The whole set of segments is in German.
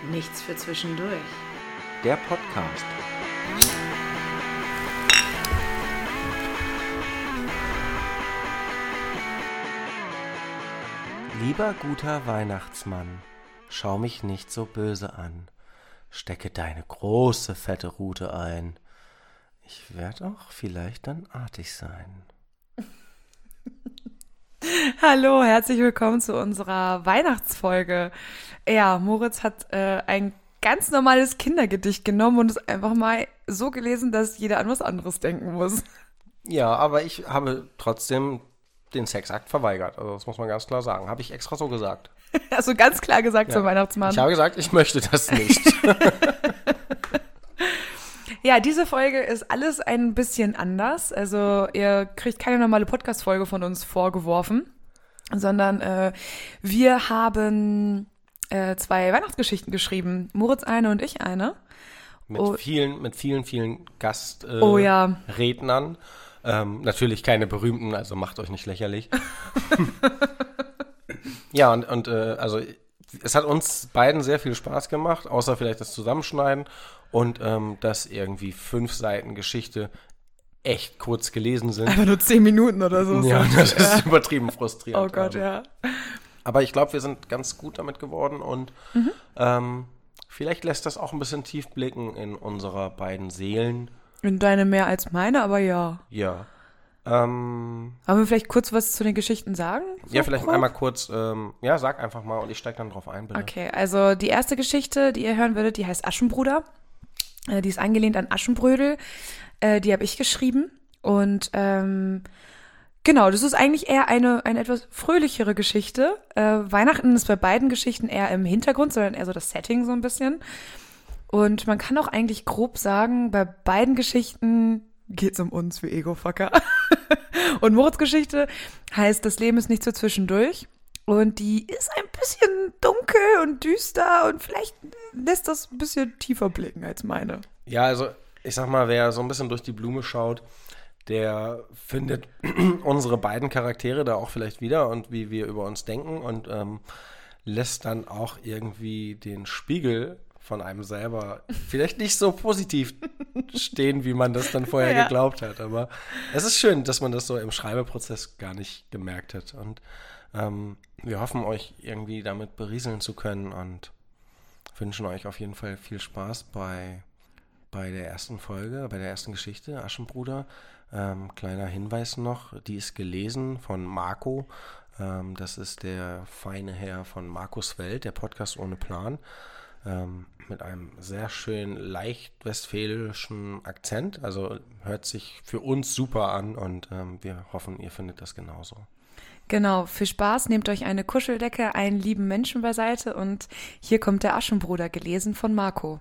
Nichts für zwischendurch. Der Podcast. Lieber guter Weihnachtsmann, schau mich nicht so böse an. Stecke deine große, fette Rute ein. Ich werde auch vielleicht dann artig sein. Hallo, herzlich willkommen zu unserer Weihnachtsfolge. Ja, Moritz hat ein ganz normales Kindergedicht genommen und es einfach mal so gelesen, dass jeder an was anderes denken muss. Ja, aber ich habe trotzdem den Sexakt verweigert. Also das muss man ganz klar sagen. Habe ich extra so gesagt. Hast du ganz klar gesagt zum Weihnachtsmann. Ich habe gesagt, ich möchte das nicht. Ja, diese Folge ist alles ein bisschen anders. Also ihr kriegt keine normale Podcast-Folge von uns vorgeworfen, sondern wir haben 2 Weihnachtsgeschichten geschrieben. Moritz eine und ich eine. Mit vielen ja. Rednern. Natürlich keine berühmten, also macht euch nicht lächerlich. Ja, und also es hat uns beiden sehr viel Spaß gemacht, außer vielleicht das Zusammenschneiden und dass irgendwie 5 Seiten Geschichte echt kurz gelesen sind. Einfach nur 10 Minuten oder so. Ja, das ist übertrieben frustrierend. Oh Gott, ja. Aber ich glaube, wir sind ganz gut damit geworden und vielleicht lässt das auch ein bisschen tief blicken in unserer beiden Seelen. In deine mehr als meine, aber ja. Ja. Wollen wir vielleicht kurz was zu den Geschichten sagen? So Ja, vielleicht grob? einmal kurz, sag einfach mal und ich steige dann drauf ein, bitte. Okay, also die erste Geschichte, die ihr hören würdet, die heißt Aschenbruder. Die ist angelehnt an Aschenbrödel. Die habe ich geschrieben. Und genau, das ist eigentlich eher eine etwas fröhlichere Geschichte. Weihnachten ist bei beiden Geschichten eher im Hintergrund, sondern eher so das Setting so ein bisschen. Und man kann auch eigentlich grob sagen, bei beiden Geschichten geht's um uns wie Ego-Fucker. Und Moritz' Geschichte heißt, das Leben ist nicht so zwischendurch. Und die ist ein bisschen dunkel und düster und vielleicht lässt das ein bisschen tiefer blicken als meine. Ja, also ich sag mal, wer so ein bisschen durch die Blume schaut, der findet unsere beiden Charaktere da auch vielleicht wieder und wie wir über uns denken und lässt dann auch irgendwie den Spiegel von einem selber vielleicht nicht so positiv stehen, wie man das dann vorher geglaubt hat. Aber es ist schön, dass man das so im Schreibeprozess gar nicht gemerkt hat. Und wir hoffen, euch irgendwie damit berieseln zu können und wünschen euch auf jeden Fall viel Spaß bei der ersten Folge, bei der ersten Geschichte, Aschenbruder. Kleiner Hinweis noch, die ist gelesen von Marco. Das ist der feine Herr von Markus Welt, der Podcast ohne Plan. Mit einem sehr schön leicht westfälischen Akzent. Also hört sich für uns super an und wir hoffen, ihr findet das genauso. Genau, viel Spaß, nehmt euch eine Kuscheldecke, einen lieben Menschen beiseite und hier kommt der Aschenbruder, gelesen von Marco.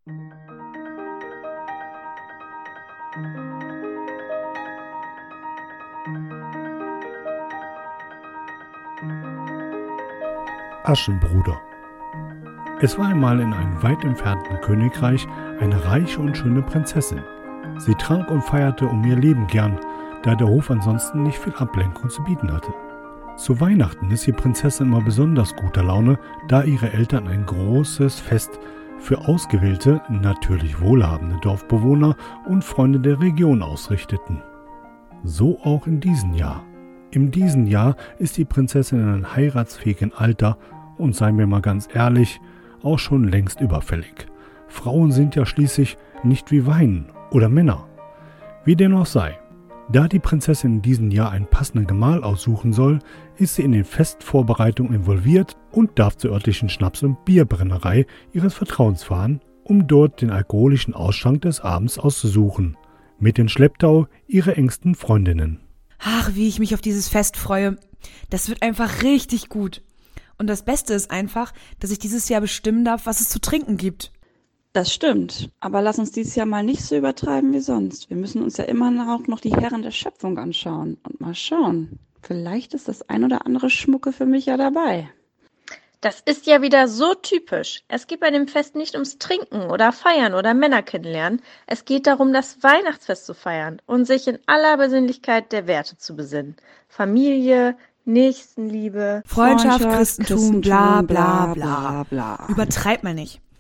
Aschenbruder. Es war einmal in einem weit entfernten Königreich eine reiche und schöne Prinzessin. Sie trank und feierte um ihr Leben gern, da der Hof ansonsten nicht viel Ablenkung zu bieten hatte. Zu Weihnachten ist die Prinzessin immer besonders guter Laune, da ihre Eltern ein großes Fest für ausgewählte, natürlich wohlhabende Dorfbewohner und Freunde der Region ausrichteten. So auch in diesem Jahr. In diesem Jahr ist die Prinzessin in einem heiratsfähigen Alter und seien wir mal ganz ehrlich, auch schon längst überfällig. Frauen sind ja schließlich nicht wie Wein oder Männer. Wie dem auch sei. Da die Prinzessin in diesem Jahr einen passenden Gemahl aussuchen soll, ist sie in den Festvorbereitungen involviert und darf zur örtlichen Schnaps- und Bierbrennerei ihres Vertrauens fahren, um dort den alkoholischen Ausschank des Abends auszusuchen. Mit in Schlepptau ihre engsten Freundinnen. Ach, wie ich mich auf dieses Fest freue. Das wird einfach richtig gut. Und das Beste ist einfach, dass ich dieses Jahr bestimmen darf, was es zu trinken gibt. Das stimmt, aber lass uns dieses Jahr mal nicht so übertreiben wie sonst. Wir müssen uns ja immer auch noch die Herren der Schöpfung anschauen. Und mal schauen, vielleicht ist das ein oder andere Schmucke für mich ja dabei. Das ist ja wieder so typisch. Es geht bei dem Fest nicht ums Trinken oder Feiern oder Männer kennenlernen. Es geht darum, das Weihnachtsfest zu feiern und sich in aller Besinnlichkeit der Werte zu besinnen. Familie, Nächstenliebe, Freundschaft, Christentum, bla bla bla. Übertreib mal nicht.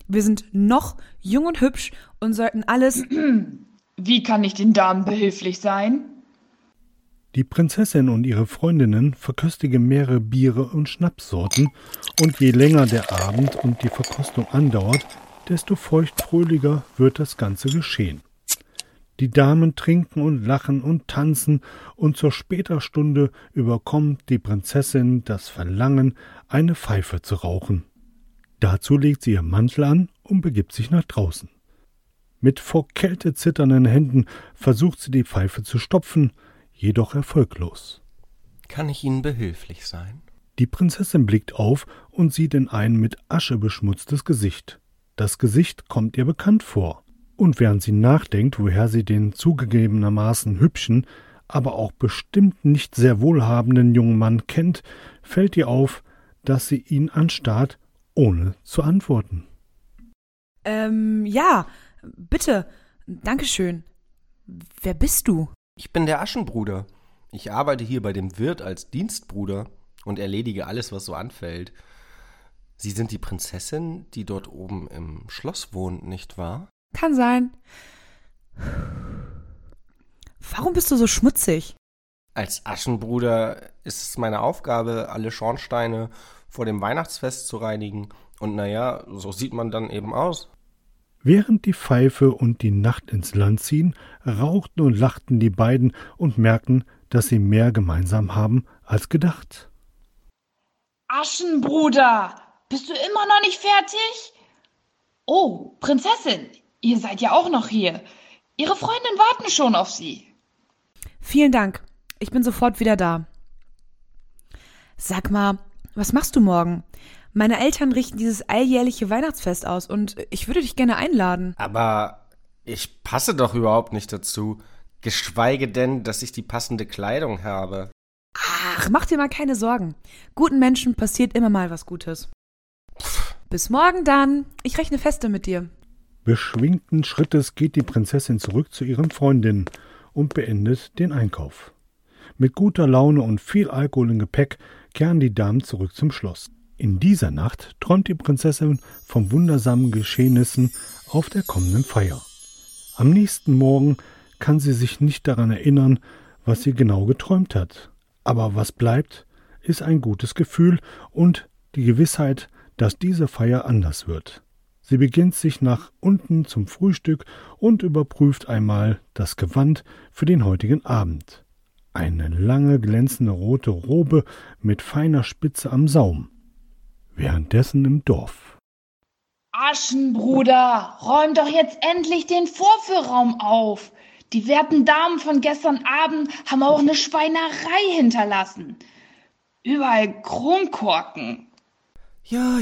Wir sind noch jung und hübsch und sollten alles... Wie kann ich den Damen behilflich sein? Die Prinzessin und ihre Freundinnen verköstigen mehrere Biere und Schnapssorten, und je länger der Abend und die Verkostung andauert, desto feuchtfröhlicher wird das Ganze geschehen. Die Damen trinken und lachen und tanzen, und zur später Stunde überkommt die Prinzessin das Verlangen, eine Pfeife zu rauchen. Dazu legt sie ihren Mantel an und begibt sich nach draußen. Mit vor Kälte zitternden Händen versucht sie die Pfeife zu stopfen, jedoch erfolglos. Kann ich Ihnen behilflich sein? Die Prinzessin blickt auf und sieht in ein mit Asche beschmutztes Gesicht. Das Gesicht kommt ihr bekannt vor. Und während sie nachdenkt, woher sie den zugegebenermaßen hübschen, aber auch bestimmt nicht sehr wohlhabenden jungen Mann kennt, fällt ihr auf, dass sie ihn anstarrt, ohne zu antworten. Ja, bitte, Dankeschön. Wer bist du? Ich bin der Aschenbruder. Ich arbeite hier bei dem Wirt als Dienstbruder und erledige alles, was so anfällt. Sie sind die Prinzessin, die dort oben im Schloss wohnt, nicht wahr? Kann sein. Warum bist du so schmutzig? Als Aschenbruder ist es meine Aufgabe, alle Schornsteine vor dem Weihnachtsfest zu reinigen. Und naja, so sieht man dann eben aus. Während die Pfeife und die Nacht ins Land ziehen, rauchten und lachten die beiden und merkten, dass sie mehr gemeinsam haben als gedacht. Aschenbruder, bist du immer noch nicht fertig? Oh, Prinzessin, ihr seid ja auch noch hier. Ihre Freundinnen warten schon auf Sie. Vielen Dank. Ich bin sofort wieder da. Sag mal, was machst du morgen? Meine Eltern richten dieses alljährliche Weihnachtsfest aus und ich würde dich gerne einladen. Aber ich passe doch überhaupt nicht dazu. Geschweige denn, dass ich die passende Kleidung habe. Ach, mach dir mal keine Sorgen. Guten Menschen passiert immer mal was Gutes. Bis morgen dann. Ich rechne feste mit dir. Beschwingten Schrittes geht die Prinzessin zurück zu ihren Freundinnen und beendet den Einkauf. Mit guter Laune und viel Alkohol im Gepäck kehren die Damen zurück zum Schloss. In dieser Nacht träumt die Prinzessin von wundersamen Geschehnissen auf der kommenden Feier. Am nächsten Morgen kann sie sich nicht daran erinnern, was sie genau geträumt hat. Aber was bleibt, ist ein gutes Gefühl und die Gewissheit, dass diese Feier anders wird. Sie beginnt sich nach unten zum Frühstück und überprüft einmal das Gewand für den heutigen Abend. Eine lange, glänzende rote Robe mit feiner Spitze am Saum. Währenddessen im Dorf. Aschenbruder, räum doch jetzt endlich den Vorführraum auf. Die werten Damen von gestern Abend haben auch eine Schweinerei hinterlassen. Überall Kronkorken. Ja.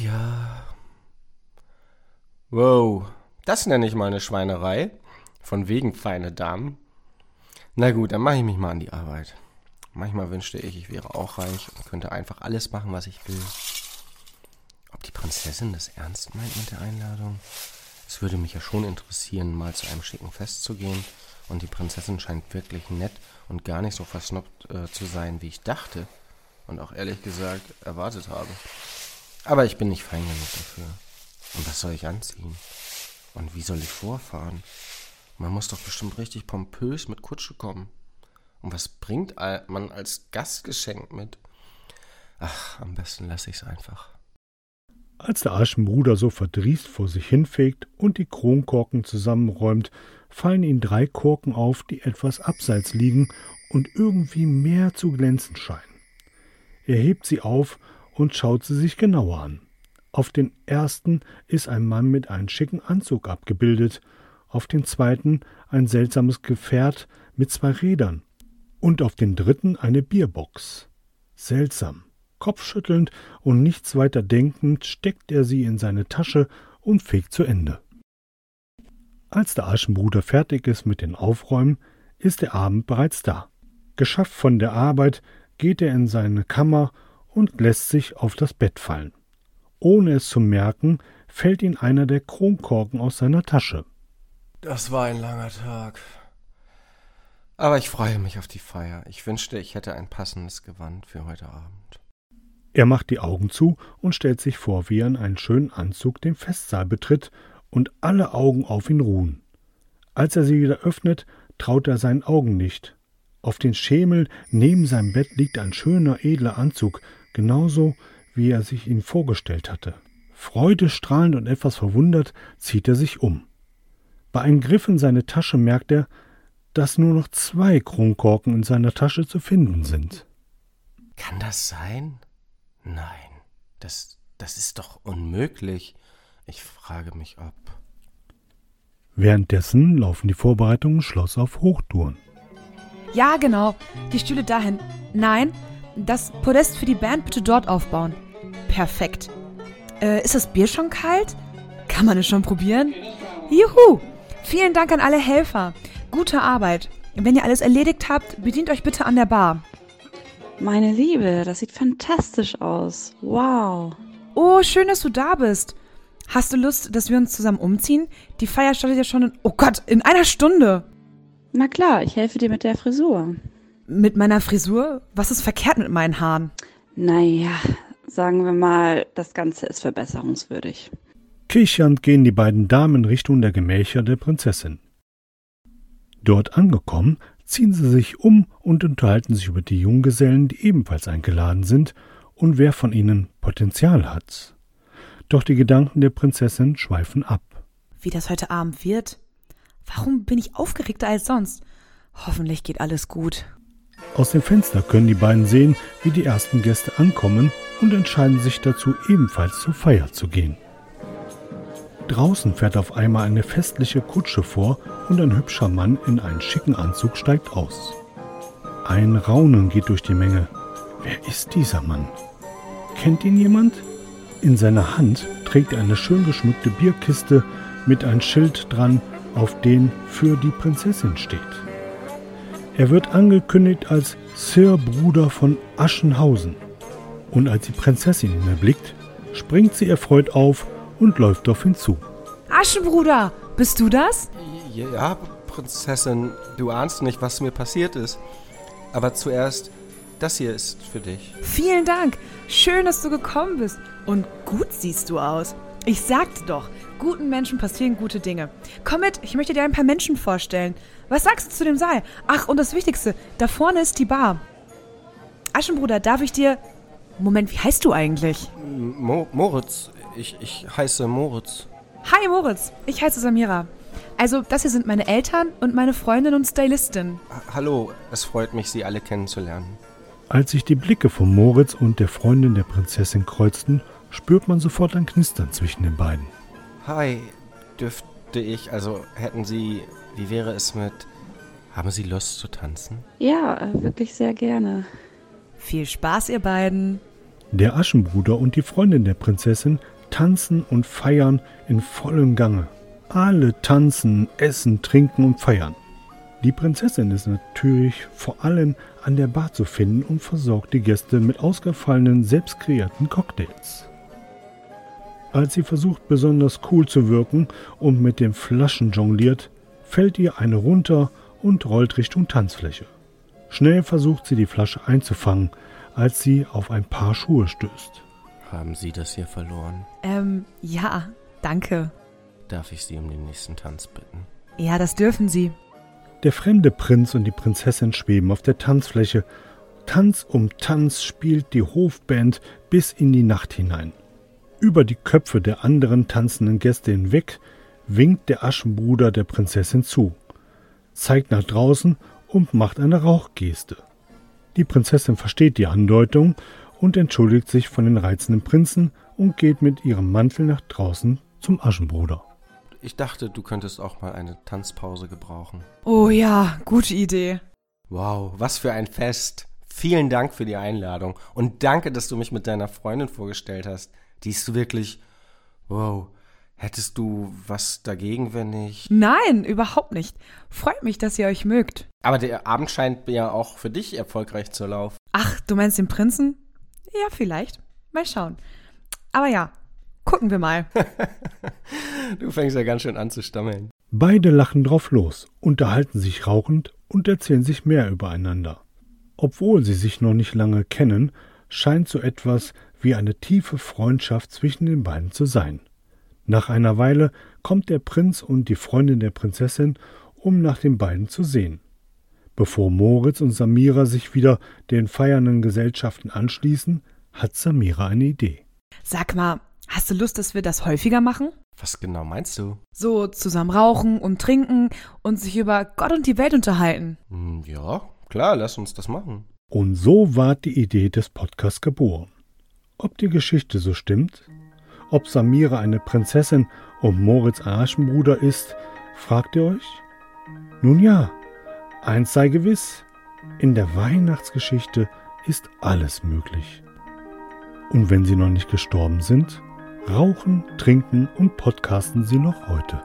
Wow, das nenne ich mal eine Schweinerei. Von wegen feine Damen. Na gut, dann mache ich mich mal an die Arbeit. Manchmal wünschte ich wäre auch reich und könnte einfach alles machen, was ich will. Ob die Prinzessin das ernst meint mit der Einladung? Es würde mich ja schon interessieren, mal zu einem schicken Fest zu gehen. Und die Prinzessin scheint wirklich nett und gar nicht so versnobbt zu sein, wie ich dachte. Und auch ehrlich gesagt erwartet habe. Aber ich bin nicht fein genug dafür. Und was soll ich anziehen? Und wie soll ich vorfahren? Man muss doch bestimmt richtig pompös mit Kutsche kommen. Und was bringt man als Gastgeschenk mit? Ach, am besten lasse ich's einfach. Als der Aschenbruder so verdrießt vor sich hinfegt und die Kronkorken zusammenräumt, fallen ihm 3 Korken auf, die etwas abseits liegen und irgendwie mehr zu glänzen scheinen. Er hebt sie auf und schaut sie sich genauer an. Auf den ersten ist ein Mann mit einem schicken Anzug abgebildet, auf den zweiten ein seltsames Gefährt mit 2 Rädern und auf den dritten eine Bierbox. Seltsam. Kopfschüttelnd und nichts weiter denkend steckt er sie in seine Tasche und fegt zu Ende. Als der Aschenbruder fertig ist mit dem Aufräumen, ist der Abend bereits da. Geschafft von der Arbeit geht er in seine Kammer und lässt sich auf das Bett fallen. Ohne es zu merken, fällt ihm einer der Kronkorken aus seiner Tasche. Das war ein langer Tag. Aber ich freue mich auf die Feier. Ich wünschte, ich hätte ein passendes Gewand für heute Abend. Er macht die Augen zu und stellt sich vor, wie er in einen schönen Anzug den Festsaal betritt und alle Augen auf ihn ruhen. Als er sie wieder öffnet, traut er seinen Augen nicht. Auf den Schemel neben seinem Bett liegt ein schöner, edler Anzug, genauso wie er sich ihn vorgestellt hatte. Freudestrahlend und etwas verwundert zieht er sich um. Bei einem Griff in seine Tasche merkt er, dass nur noch 2 Kronkorken in seiner Tasche zu finden sind. Kann das sein? Nein, das ist doch unmöglich. Ich frage mich, ob... Währenddessen laufen die Vorbereitungen im Schloss auf Hochtouren. Ja, genau. Die Stühle dahin. Nein, das Podest für die Band bitte dort aufbauen. Perfekt. Ist das Bier schon kalt? Kann man es schon probieren? Juhu! Vielen Dank an alle Helfer. Gute Arbeit. Wenn ihr alles erledigt habt, bedient euch bitte an der Bar. Meine Liebe, das sieht fantastisch aus. Wow. Oh, schön, dass du da bist. Hast du Lust, dass wir uns zusammen umziehen? Die Feier startet ja schon in 1 Stunde. Na klar, ich helfe dir mit der Frisur. Mit meiner Frisur? Was ist verkehrt mit meinen Haaren? Naja, sagen wir mal, das Ganze ist verbesserungswürdig. Kichernd gehen die beiden Damen in Richtung der Gemächer der Prinzessin. Dort angekommen, ziehen sie sich um und unterhalten sich über die Junggesellen, die ebenfalls eingeladen sind und wer von ihnen Potenzial hat. Doch die Gedanken der Prinzessin schweifen ab. Wie das heute Abend wird? Warum bin ich aufgeregter als sonst? Hoffentlich geht alles gut. Aus dem Fenster können die beiden sehen, wie die ersten Gäste ankommen und entscheiden sich dazu, ebenfalls zur Feier zu gehen. Draußen fährt auf einmal eine festliche Kutsche vor und ein hübscher Mann in einen schicken Anzug steigt aus. Ein Raunen geht durch die Menge. Wer ist dieser Mann? Kennt ihn jemand? In seiner Hand trägt er eine schön geschmückte Bierkiste mit einem Schild dran, auf den für die Prinzessin steht. Er wird angekündigt als Sir Bruder von Aschenhausen. Und als die Prinzessin ihn erblickt, springt sie erfreut auf und läuft auf ihn zu. Aschenbruder, bist du das? Ja, Prinzessin, du ahnst nicht, was mir passiert ist. Aber zuerst, das hier ist für dich. Vielen Dank. Schön, dass du gekommen bist. Und gut siehst du aus. Ich sagte doch, guten Menschen passieren gute Dinge. Komm mit, ich möchte dir ein paar Menschen vorstellen. Was sagst du zu dem Saal? Ach, und das Wichtigste, da vorne ist die Bar. Aschenbruder, darf ich dir... Moment, wie heißt du eigentlich? Moritz. Ich heiße Moritz. Hi Moritz, ich heiße Samira. Also, das hier sind meine Eltern und meine Freundin und Stylistin. Hallo, es freut mich, Sie alle kennenzulernen. Als sich die Blicke von Moritz und der Freundin der Prinzessin kreuzten, spürt man sofort ein Knistern zwischen den beiden. Hi, hätten Sie, wie wäre es mit, haben Sie Lust zu tanzen? Ja, wirklich sehr gerne. Viel Spaß, ihr beiden. Der Aschenbruder und die Freundin der Prinzessin tanzen und feiern in vollem Gange. Alle tanzen, essen, trinken und feiern. Die Prinzessin ist natürlich vor allem an der Bar zu finden und versorgt die Gäste mit ausgefallenen, selbst kreierten Cocktails. Als sie versucht, besonders cool zu wirken und mit den Flaschen jongliert, fällt ihr eine runter und rollt Richtung Tanzfläche. Schnell versucht sie, die Flasche einzufangen, als sie auf ein Paar Schuhe stößt. Haben Sie das hier verloren? Ja, danke. Darf ich Sie um den nächsten Tanz bitten? Ja, das dürfen Sie. Der fremde Prinz und die Prinzessin schweben auf der Tanzfläche. Tanz um Tanz spielt die Hofband bis in die Nacht hinein. Über die Köpfe der anderen tanzenden Gäste hinweg winkt der Aschenbruder der Prinzessin zu, zeigt nach draußen und macht eine Rauchgeste. Die Prinzessin versteht die Andeutung und entschuldigt sich von den reizenden Prinzen und geht mit ihrem Mantel nach draußen zum Aschenbruder. Ich dachte, du könntest auch mal eine Tanzpause gebrauchen. Oh ja, gute Idee. Wow, was für ein Fest. Vielen Dank für die Einladung und danke, dass du mich mit deiner Freundin vorgestellt hast. Die ist wirklich... Wow, hättest du was dagegen, wenn ich... Nein, überhaupt nicht. Freut mich, dass ihr euch mögt. Aber der Abend scheint ja auch für dich erfolgreich zu laufen. Ach, du meinst den Prinzen? Ja, vielleicht. Mal schauen. Aber ja, gucken wir mal. Du fängst ja ganz schön an zu stammeln. Beide lachen drauf los, unterhalten sich rauchend und erzählen sich mehr übereinander. Obwohl sie sich noch nicht lange kennen, scheint so etwas wie eine tiefe Freundschaft zwischen den beiden zu sein. Nach einer Weile kommt der Prinz und die Freundin der Prinzessin, um nach den beiden zu sehen. Bevor Moritz und Samira sich wieder den feiernden Gesellschaften anschließen, hat Samira eine Idee. Sag mal, hast du Lust, dass wir das häufiger machen? Was genau meinst du? So zusammen rauchen und trinken und sich über Gott und die Welt unterhalten. Ja, klar, lass uns das machen. Und so ward die Idee des Podcasts geboren. Ob die Geschichte so stimmt, ob Samira eine Prinzessin und Moritz ein Aschenbruder ist, fragt ihr euch? Nun ja, eins sei gewiss, in der Weihnachtsgeschichte ist alles möglich. Und wenn sie noch nicht gestorben sind, rauchen, trinken und podcasten sie noch heute.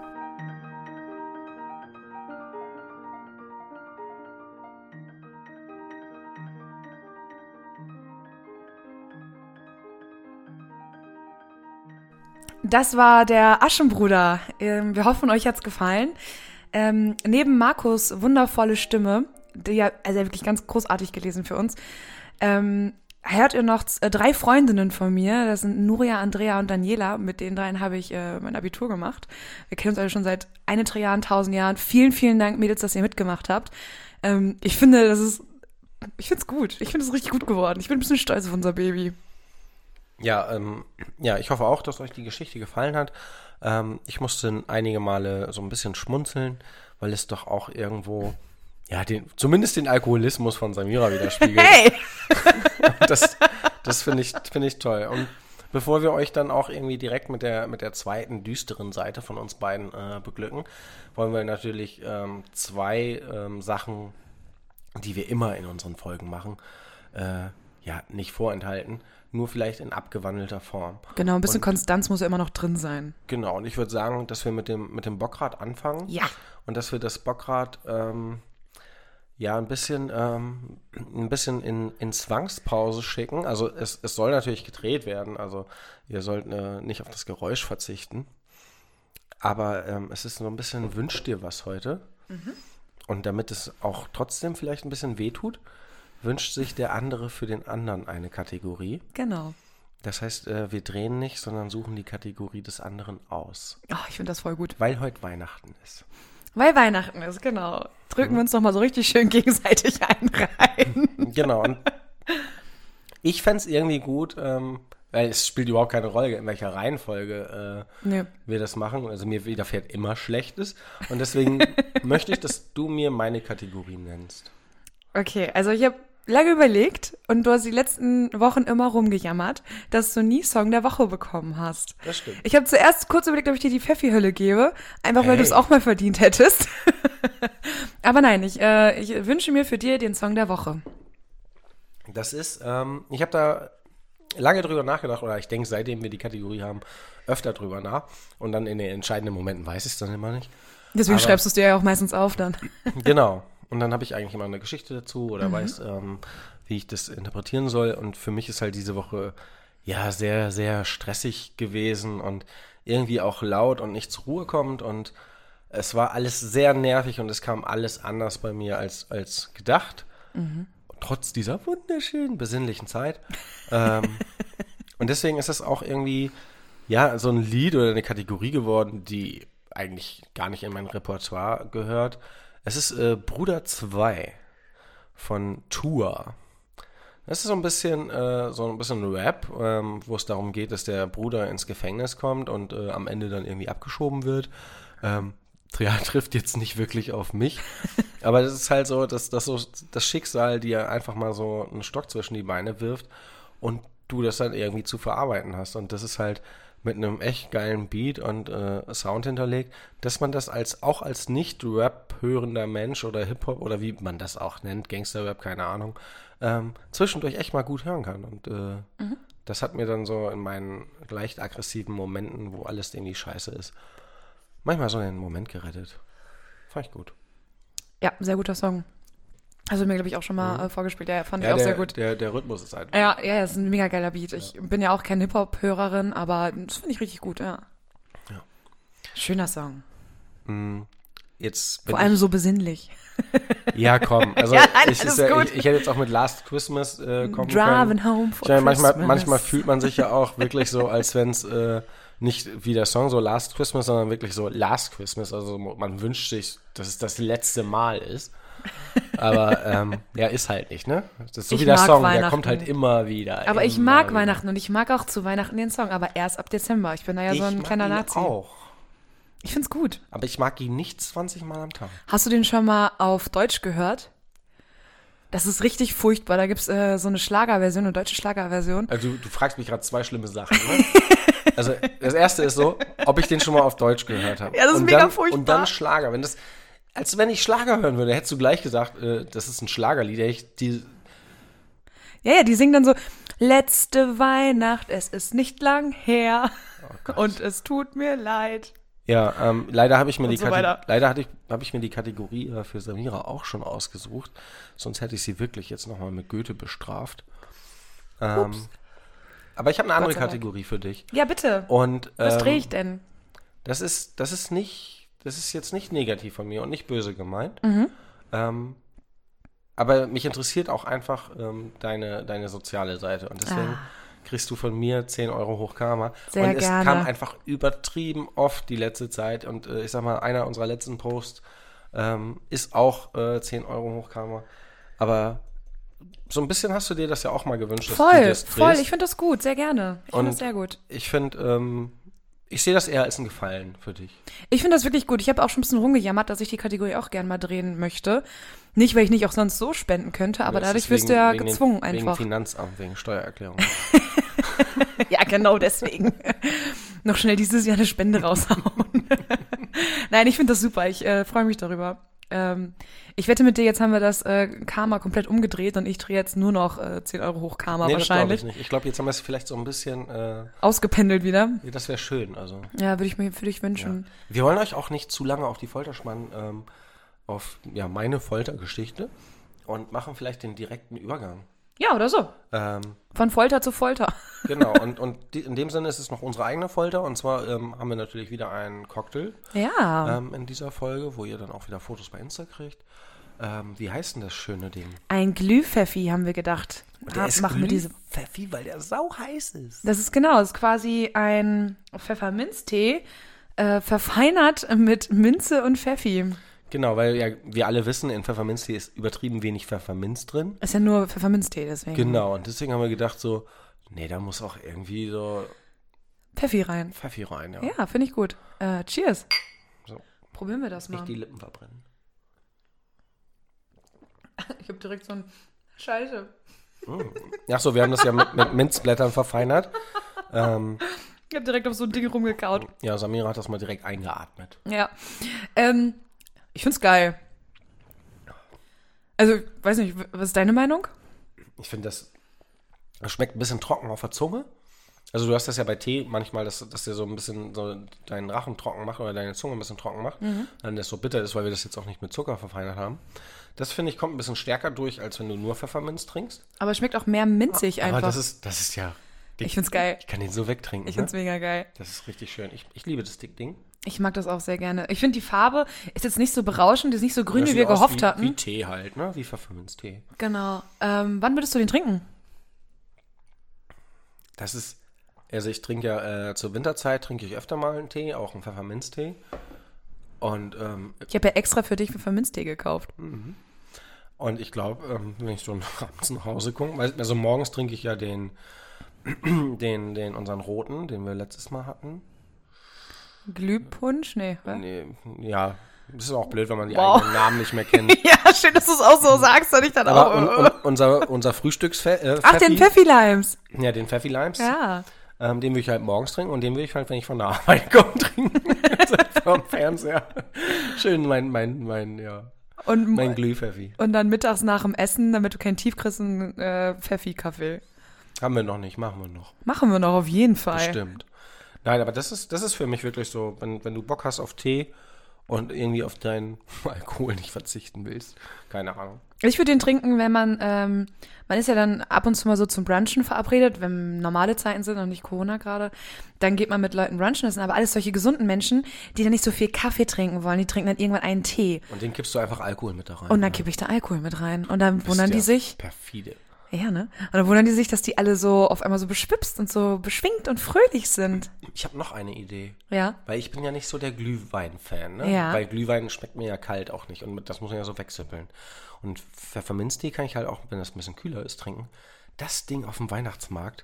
Das war der Aschenbruder. Wir hoffen, euch hat's gefallen. Neben Markus' wundervolle Stimme, die ja also wirklich ganz großartig gelesen für uns, hört ihr noch 3 Freundinnen von mir. Das sind Nuria, Andrea und Daniela. Mit den 3 habe ich mein Abitur gemacht. Wir kennen uns alle schon seit 1 Trillion, 1000 Jahren. Vielen, vielen Dank, Mädels, dass ihr mitgemacht habt. Ich finde es gut. Ich finde es richtig gut geworden. Ich bin ein bisschen stolz auf unser Baby. Ja, ich hoffe auch, dass euch die Geschichte gefallen hat. Ich musste einige Male so ein bisschen schmunzeln, weil es doch auch irgendwo, ja, zumindest den Alkoholismus von Samira widerspiegelt. Hey! Das finde ich toll. Und bevor wir euch dann auch irgendwie direkt mit der zweiten düsteren Seite von uns beiden beglücken, wollen wir natürlich 2 Sachen, die wir immer in unseren Folgen machen, nicht vorenthalten. Nur vielleicht in abgewandelter Form. Genau, ein bisschen Konstanz muss ja immer noch drin sein. Genau, und ich würde sagen, dass wir mit dem Bockrad anfangen. Ja. Und dass wir das Bockrad ein bisschen in Zwangspause schicken. Also es soll natürlich gedreht werden, also ihr sollt nicht auf das Geräusch verzichten. Aber es ist so ein bisschen, wünscht dir was heute. Mhm. Und damit es auch trotzdem vielleicht ein bisschen wehtut, wünscht sich der andere für den anderen eine Kategorie. Genau. Das heißt, wir drehen nicht, sondern suchen die Kategorie des anderen aus. Oh, ich finde das voll gut. Weil heute Weihnachten ist. Weil Weihnachten ist, genau. Drücken wir uns nochmal so richtig schön gegenseitig einen rein. Genau. Und ich fände es irgendwie gut, weil es spielt überhaupt keine Rolle, in welcher Reihenfolge wir das machen. Also mir widerfährt immer Schlechtes. Und deswegen möchte ich, dass du mir meine Kategorie nennst. Okay, also ich habe lange überlegt und du hast die letzten Wochen immer rumgejammert, dass du nie Song der Woche bekommen hast. Das stimmt. Ich habe zuerst kurz überlegt, ob ich dir die Pfeffi-Hölle gebe, einfach weil du es auch mal verdient hättest. Aber nein, ich wünsche mir für dir den Song der Woche. Das ist, ich habe da lange drüber nachgedacht, oder ich denke, seitdem wir die Kategorie haben, öfter drüber nach. Und dann in den entscheidenden Momenten weiß ich es dann immer nicht. Deswegen schreibst du es dir ja auch meistens auf dann. Genau. Und dann habe ich eigentlich immer eine Geschichte dazu oder weiß, wie ich das interpretieren soll. Und für mich ist halt diese Woche ja sehr, sehr stressig gewesen und irgendwie auch laut und nicht zur Ruhe kommt. Und es war alles sehr nervig und es kam alles anders bei mir als gedacht. Mhm. Trotz dieser wunderschönen, besinnlichen Zeit. Und deswegen ist es auch irgendwie ja so ein Lied oder eine Kategorie geworden, die eigentlich gar nicht in mein Repertoire gehört. Es ist Bruder 2 von Tour. Das ist so ein bisschen Rap, wo es darum geht, dass der Bruder ins Gefängnis kommt und am Ende dann irgendwie abgeschoben wird. Trifft jetzt nicht wirklich auf mich, aber das ist halt so, dass das Schicksal dir einfach mal so einen Stock zwischen die Beine wirft und du das dann irgendwie zu verarbeiten hast. Und das ist halt mit einem echt geilen Beat und Sound hinterlegt, dass man das auch als nicht-Rap hörender Mensch oder Hip-Hop oder wie man das auch nennt, Gangster-Rap, keine Ahnung, zwischendurch echt mal gut hören kann. Und das hat mir dann so in meinen leicht aggressiven Momenten, wo alles irgendwie scheiße ist, manchmal so einen Moment gerettet. Fand ich gut. Ja, sehr guter Song. Also mir, glaube ich, auch schon mal vorgespielt. Ja, fand ich auch sehr gut. Der Rhythmus ist halt. Ja, es ist ein mega geiler Beat. Ich bin ja auch keine Hip-Hop-Hörerin, aber das finde ich richtig gut, ja. Schöner Song. jetzt bin Vor allem so besinnlich. Ja, komm. Also Ja, nein, ich alles gut. hätte jetzt auch mit Last Christmas kommen können. Driving home for Ich meine, Christmas. manchmal fühlt man sich ja auch wirklich so, als wenn es nicht wie der Song so Last Christmas, sondern wirklich so Last Christmas. Also man wünscht sich, dass es das letzte Mal ist. Aber ja, ist halt nicht, ne? Das ist so Ich wie der mag Song, der Weihnachten. kommt halt immer wieder. Aber ich immer mag wieder. Weihnachten und ich mag auch zu Weihnachten den Song, aber erst ab Dezember. Ich bin da ja so ein Ich kleiner mag ihn Nazi. auch. Ich find's gut. Aber ich mag ihn nicht 20 Mal am Tag. Hast du den schon mal auf Deutsch gehört? Das ist richtig furchtbar. Da gibt's so eine Schlagerversion, eine deutsche Schlagerversion. Also du fragst mich gerade 2 schlimme Sachen, ne? Also das erste ist so, ob ich den schon mal auf Deutsch gehört habe. Ja, das ist und mega dann, furchtbar. Und dann Schlager. Als wenn ich Schlager hören würde, hättest du gleich gesagt, das ist ein Schlagerlied. Ja, die singen dann so, letzte Weihnacht, es ist nicht lang her und es tut mir leid. Ja, leider habe ich mir Und so weiter. habe ich mir die Kategorie für Samira auch schon ausgesucht. Sonst hätte ich sie wirklich jetzt nochmal mit Goethe bestraft. Aber ich habe eine andere sei Dank. Kategorie für dich. Ja, bitte. Und Was drehe ich denn? das ist jetzt nicht negativ von mir und nicht böse gemeint. Aber mich interessiert auch einfach deine soziale Seite. Und deswegen kriegst du von mir 10 Euro Hochkarma. Sehr und es gerne. kam einfach übertrieben oft die letzte Zeit. Und ich sag mal, einer unserer letzten Posts ist auch 10 Euro Hochkarma. Aber so ein bisschen hast du dir das ja auch mal gewünscht, dass du das drehst. Voll. Ich finde das gut. Sehr gerne. Ich finde Und das sehr gut. Ich finde, ich sehe das eher als ein Gefallen für dich. Ich finde das wirklich gut. Ich habe auch schon ein bisschen rumgejammert, dass ich die Kategorie auch gerne mal drehen möchte. Nicht, weil ich nicht auch sonst so spenden könnte, aber Das dadurch ist wirst du ja wegen gezwungen Wegen einfach. Finanzamt, wegen Steuererklärung. Ja, genau deswegen. Noch schnell dieses Jahr eine Spende raushauen. Nein, ich finde das super. Ich freue mich darüber. Ich wette mit dir, jetzt haben wir das Karma komplett umgedreht und ich drehe jetzt nur noch 10 Euro hoch Karma Nee, das glaube wahrscheinlich. ich nicht. Ich glaube, jetzt haben wir es vielleicht so ein bisschen, Ausgependelt wieder. ja, das wäre schön. Also, Ja, würde ich mir für dich wünschen. wir wollen euch auch nicht zu lange auf die Folter spannen, auf meine Foltergeschichte und machen vielleicht den direkten Übergang. Ja, oder so. Von Folter zu Folter. Genau, und in dem Sinne ist es noch unsere eigene Folter und zwar haben wir natürlich wieder einen Cocktail Ja. in dieser Folge, wo ihr dann auch wieder Fotos bei Insta kriegt. Wie heißt denn das schöne Ding? Ein Glühpfeffi, haben wir gedacht. Machen wir diese. Pfeffi, weil der sau heiß ist. Das ist genau, das ist quasi ein Pfefferminztee, verfeinert mit Minze und Pfeffi. Genau, weil ja wir alle wissen, in Pfefferminztee ist übertrieben wenig Pfefferminz drin. Ist ja nur Pfefferminztee, deswegen. Genau, und deswegen haben wir gedacht so, nee, da muss auch irgendwie so Pfeffi rein. Pfeffi rein, ja. Ja, finde ich gut. Cheers. So. Probieren wir das mal. Nicht die Lippen verbrennen. Ich habe direkt so ein Scheiße. Ach so, wir haben das ja mit Minzblättern verfeinert. Ich habe direkt auf so ein Ding rumgekaut. Ja, Samira hat das mal direkt eingeatmet. Ja. Ich find's geil. Also, weiß nicht, was ist deine Meinung? Ich finde, das schmeckt ein bisschen trocken auf der Zunge. Also du hast das ja bei Tee manchmal, dass der so ein bisschen so deinen Rachen trocken macht oder deine Zunge ein bisschen trocken macht. Dann das so bitter ist, weil wir das jetzt auch nicht mit Zucker verfeinert haben. Das, finde ich, kommt ein bisschen stärker durch, als wenn du nur Pfefferminz trinkst. Aber es schmeckt auch mehr minzig einfach. Aber das ist ja... Ich find's geil. Ich kann den so wegtrinken. Ich find's mega geil. Das ist richtig schön. Ich liebe das Ding. Ich mag das auch sehr gerne. Ich finde, die Farbe ist jetzt nicht so berauschend, ist nicht so grün, Das wie wir sieht aus gehofft hatten. Wie Tee halt, ne? Wie Pfefferminztee. Genau. Wann würdest du den trinken? Das ist... Also ich trinke ja zur Winterzeit trinke ich öfter mal einen Tee, auch einen Pfefferminztee. Und Ich habe ja extra für dich Pfefferminztee gekauft. Und ich glaube, wenn ich so abends nach Hause komme, also morgens trinke ich ja den unseren roten, den wir letztes Mal hatten. Glühpunsch? Nee, was? Nee, ja, das ist auch blöd, wenn man die Wow. eigenen Namen nicht mehr kennt. Ja, schön, dass du es auch so sagst und ich dann auch. Aber unser Frühstückspfeffi. Ach, den Pfeffi-Limes. Ja, den Pfeffi Limes. Ja. Den will ich halt morgens trinken und den will ich halt, wenn ich von der Arbeit komme, trinken. Vom Fernseher. Schön mein Glühpfeffi. Und dann mittags nach dem Essen, damit du keinen Tief kriegst, einen Pfeffi-Kaffee. Haben wir noch nicht, machen wir noch. Machen wir noch auf jeden Fall. Bestimmt. Nein, aber das ist für mich wirklich so, wenn du Bock hast auf Tee und irgendwie auf deinen Alkohol nicht verzichten willst. Keine Ahnung. Ich würde den trinken, wenn man ist ja dann ab und zu mal so zum Brunchen verabredet, wenn normale Zeiten sind und nicht Corona gerade, dann geht man mit Leuten brunchen. Das sind aber alles solche gesunden Menschen, die dann nicht so viel Kaffee trinken wollen. Die trinken dann irgendwann einen Tee. Und den kippst du einfach Alkohol mit da rein. Und dann kippe ich da Alkohol mit rein. Und dann wundern die sich. Perfide. Ja, ne? Und dann wundern die sich, dass die alle so auf einmal so beschwipst und so beschwingt und fröhlich sind. Ich habe noch eine Idee. Ja? Weil ich bin ja nicht so der Glühwein-Fan, ne? Ja. Weil Glühwein schmeckt mir ja kalt auch nicht und das muss man ja so wegsippeln. Und Pfefferminztee kann ich halt auch, wenn das ein bisschen kühler ist, trinken. Das Ding auf dem Weihnachtsmarkt,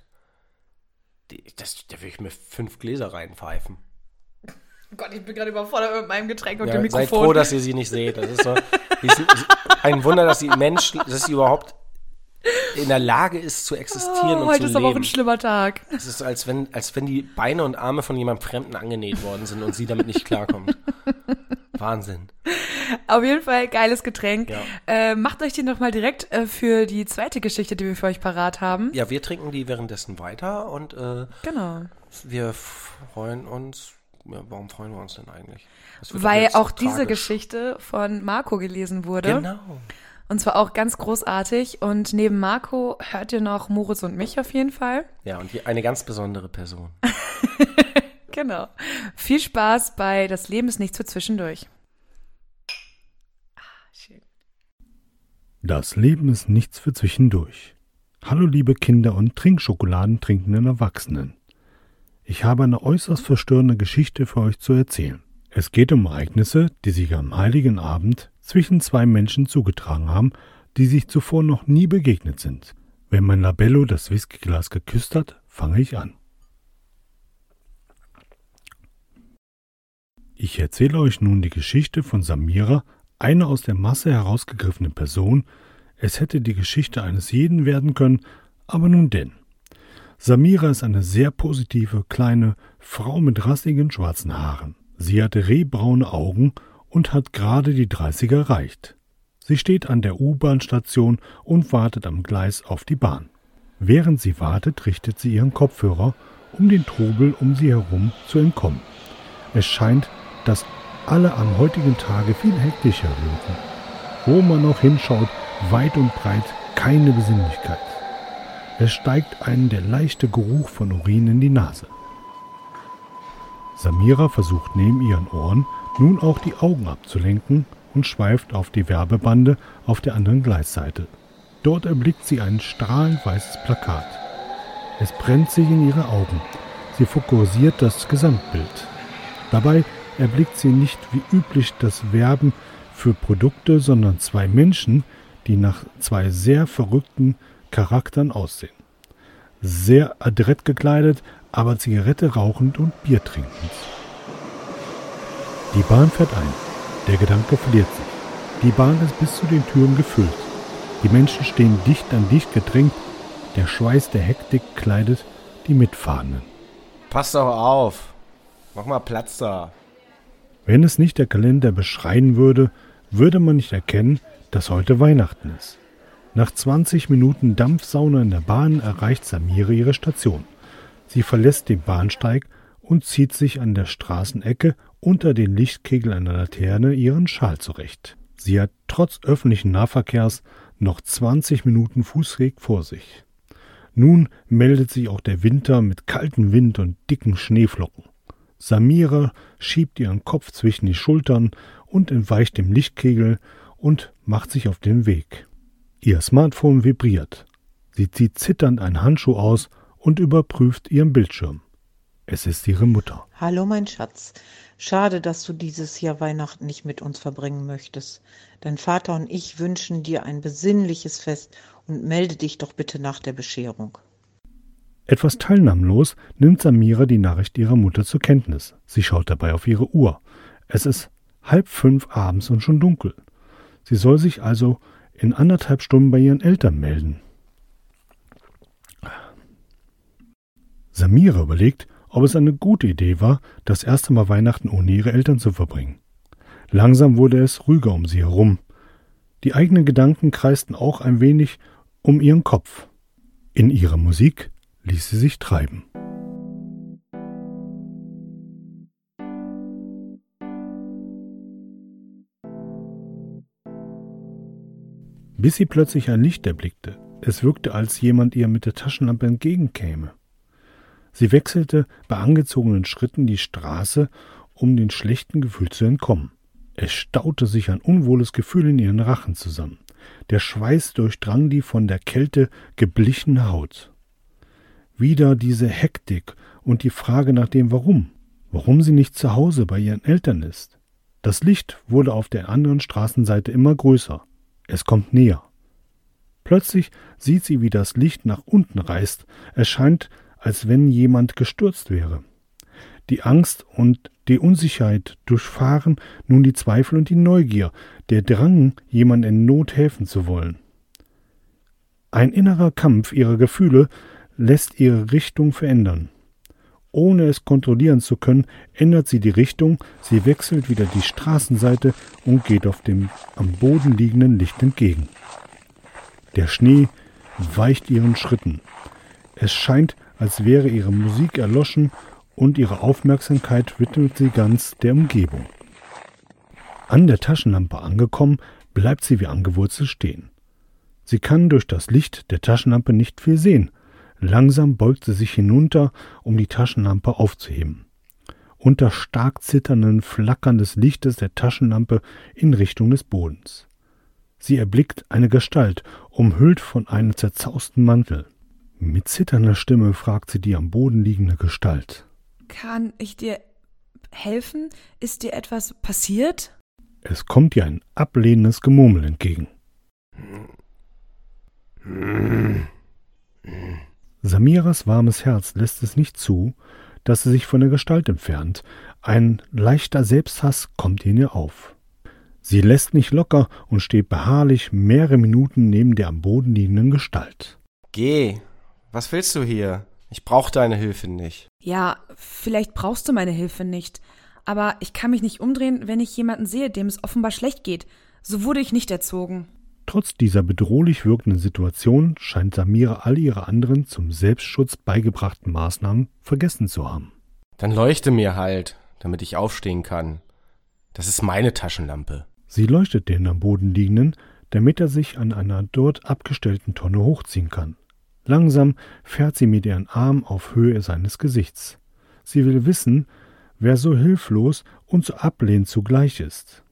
da will ich mir 5 Gläser reinpfeifen. Oh Gott, ich bin gerade überfordert mit meinem Getränk und ja, dem Mikrofon. Seid froh, dass ihr sie nicht seht. Das ist so ein Wunder, dass sie überhaupt in der Lage ist zu existieren und heute zu ist leben. Aber auch ein schlimmer Tag. Es ist, als wenn die Beine und Arme von jemandem Fremden angenäht worden sind und sie damit nicht klarkommt. Wahnsinn. Auf jeden Fall geiles Getränk. Ja. Macht euch den doch mal direkt für die zweite Geschichte, die wir für euch parat haben. Ja, wir trinken die währenddessen weiter und genau. Wir freuen uns. Ja, warum freuen wir uns denn eigentlich? Weil auch diese Geschichte von Marco gelesen wurde. Genau. Und zwar auch ganz großartig. Und neben Marco hört ihr noch Moritz und mich auf jeden Fall. Ja, und eine ganz besondere Person. Genau. Viel Spaß bei Das Leben ist nichts für zwischendurch. Schön. Das Leben ist nichts für zwischendurch. Hallo liebe Kinder und Trinkschokoladen trinkenden Erwachsenen. Ich habe eine äußerst verstörende Geschichte für euch zu erzählen. Es geht um Ereignisse, die sich am Heiligen Abend zwischen 2 Menschen zugetragen haben, die sich zuvor noch nie begegnet sind. Wenn mein Labello das Whiskyglas geküsst hat, fange ich an. Ich erzähle euch nun die Geschichte von Samira, eine aus der Masse herausgegriffene Person. Es hätte die Geschichte eines jeden werden können, aber nun denn. Samira ist eine sehr positive, kleine Frau mit rassigen schwarzen Haaren. Sie hatte rehbraune Augen und hat gerade die 30 erreicht. Sie steht an der U-Bahn-Station und wartet am Gleis auf die Bahn. Während sie wartet, richtet sie ihren Kopfhörer, um den Trubel um sie herum zu entkommen. Es scheint, dass alle am heutigen Tage viel hektischer wirken. Wo man auch hinschaut, weit und breit keine Besinnlichkeit. Es steigt einem der leichte Geruch von Urin in die Nase. Samira versucht neben ihren Ohren nun auch die Augen abzulenken und schweift auf die Werbebande auf der anderen Gleisseite. Dort erblickt sie ein strahlend weißes Plakat. Es brennt sich in ihre Augen. Sie fokussiert das Gesamtbild. Dabei erblickt sie nicht wie üblich das Werben für Produkte, sondern 2 Menschen, die nach 2 sehr verrückten Charakteren aussehen. Sehr adrett gekleidet, aber Zigarette rauchend und Bier trinkend. Die Bahn fährt ein. Der Gedanke verliert sich. Die Bahn ist bis zu den Türen gefüllt. Die Menschen stehen dicht an dicht gedrängt. Der Schweiß der Hektik kleidet die Mitfahrenden. Pass doch auf. Mach mal Platz da. Wenn es nicht der Kalender beschreien würde, würde man nicht erkennen, dass heute Weihnachten ist. Nach 20 Minuten Dampfsauna in der Bahn erreicht Samira ihre Station. Sie verlässt den Bahnsteig und zieht sich an der Straßenecke unter den Lichtkegel einer Laterne ihren Schal zurecht. Sie hat trotz öffentlichen Nahverkehrs noch 20 Minuten Fußweg vor sich. Nun meldet sich auch der Winter mit kaltem Wind und dicken Schneeflocken. Samira schiebt ihren Kopf zwischen die Schultern und entweicht dem Lichtkegel und macht sich auf den Weg. Ihr Smartphone vibriert. Sie zieht zitternd einen Handschuh aus und überprüft ihren Bildschirm. Es ist ihre Mutter. Hallo mein Schatz. Schade, dass du dieses Jahr Weihnachten nicht mit uns verbringen möchtest. Dein Vater und ich wünschen dir ein besinnliches Fest und melde dich doch bitte nach der Bescherung. Etwas teilnahmlos nimmt Samira die Nachricht ihrer Mutter zur Kenntnis. Sie schaut dabei auf ihre Uhr. Es ist 4:30 abends und schon dunkel. Sie soll sich also in 1,5 Stunden bei ihren Eltern melden. Samira überlegt, ob es eine gute Idee war, das erste Mal Weihnachten ohne ihre Eltern zu verbringen. Langsam wurde es ruhiger um sie herum. Die eigenen Gedanken kreisten auch ein wenig um ihren Kopf. In ihrer Musik ließ sie sich treiben. bis sie plötzlich ein Licht erblickte. Es wirkte, als jemand ihr mit der Taschenlampe entgegenkäme. Sie wechselte bei angezogenen Schritten die Straße, um dem schlechten Gefühl zu entkommen. Es staute sich ein unwohles Gefühl in ihren Rachen zusammen. Der Schweiß durchdrang die von der Kälte geblichene Haut. Wieder diese Hektik und die Frage nach dem Warum. Warum sie nicht zu Hause bei ihren Eltern ist. Das Licht wurde auf der anderen Straßenseite immer größer. Es kommt näher. Plötzlich sieht sie, wie das Licht nach unten reißt. Es scheint, als wenn jemand gestürzt wäre. Die Angst und die Unsicherheit durchfahren nun die Zweifel und die Neugier, der Drang, jemand in Not helfen zu wollen. Ein innerer Kampf ihrer Gefühle lässt ihre Richtung verändern. Ohne es kontrollieren zu können, ändert sie die Richtung, sie wechselt wieder die Straßenseite und geht auf dem am Boden liegenden Licht entgegen. Der Schnee weicht ihren Schritten. Es scheint, als wäre ihre Musik erloschen und ihre Aufmerksamkeit widmet sie ganz der Umgebung. An der Taschenlampe angekommen, bleibt sie wie angewurzelt stehen. Sie kann durch das Licht der Taschenlampe nicht viel sehen. Langsam beugt sie sich hinunter, um die Taschenlampe aufzuheben. Unter stark zitternden Flackern des Lichtes der Taschenlampe in Richtung des Bodens. Sie erblickt eine Gestalt, umhüllt von einem zerzausten Mantel. Mit zitternder Stimme fragt sie die am Boden liegende Gestalt. Kann ich dir helfen? Ist dir etwas passiert? Es kommt ihr ein ablehnendes Gemurmel entgegen. Samiras warmes Herz lässt es nicht zu, dass sie sich von der Gestalt entfernt. Ein leichter Selbsthass kommt in ihr auf. Sie lässt nicht locker und steht beharrlich mehrere Minuten neben der am Boden liegenden Gestalt. Geh, was willst du hier? Ich brauche deine Hilfe nicht. Ja, vielleicht brauchst du meine Hilfe nicht. Aber ich kann mich nicht umdrehen, wenn ich jemanden sehe, dem es offenbar schlecht geht. So wurde ich nicht erzogen. Trotz dieser bedrohlich wirkenden Situation scheint Samira all ihre anderen zum Selbstschutz beigebrachten Maßnahmen vergessen zu haben. Dann leuchte mir halt, damit ich aufstehen kann. Das ist meine Taschenlampe. Sie leuchtet den am Boden liegenden, damit er sich an einer dort abgestellten Tonne hochziehen kann. Langsam fährt sie mit ihren Armen auf Höhe seines Gesichts. Sie will wissen, wer so hilflos und so ablehnend zugleich ist.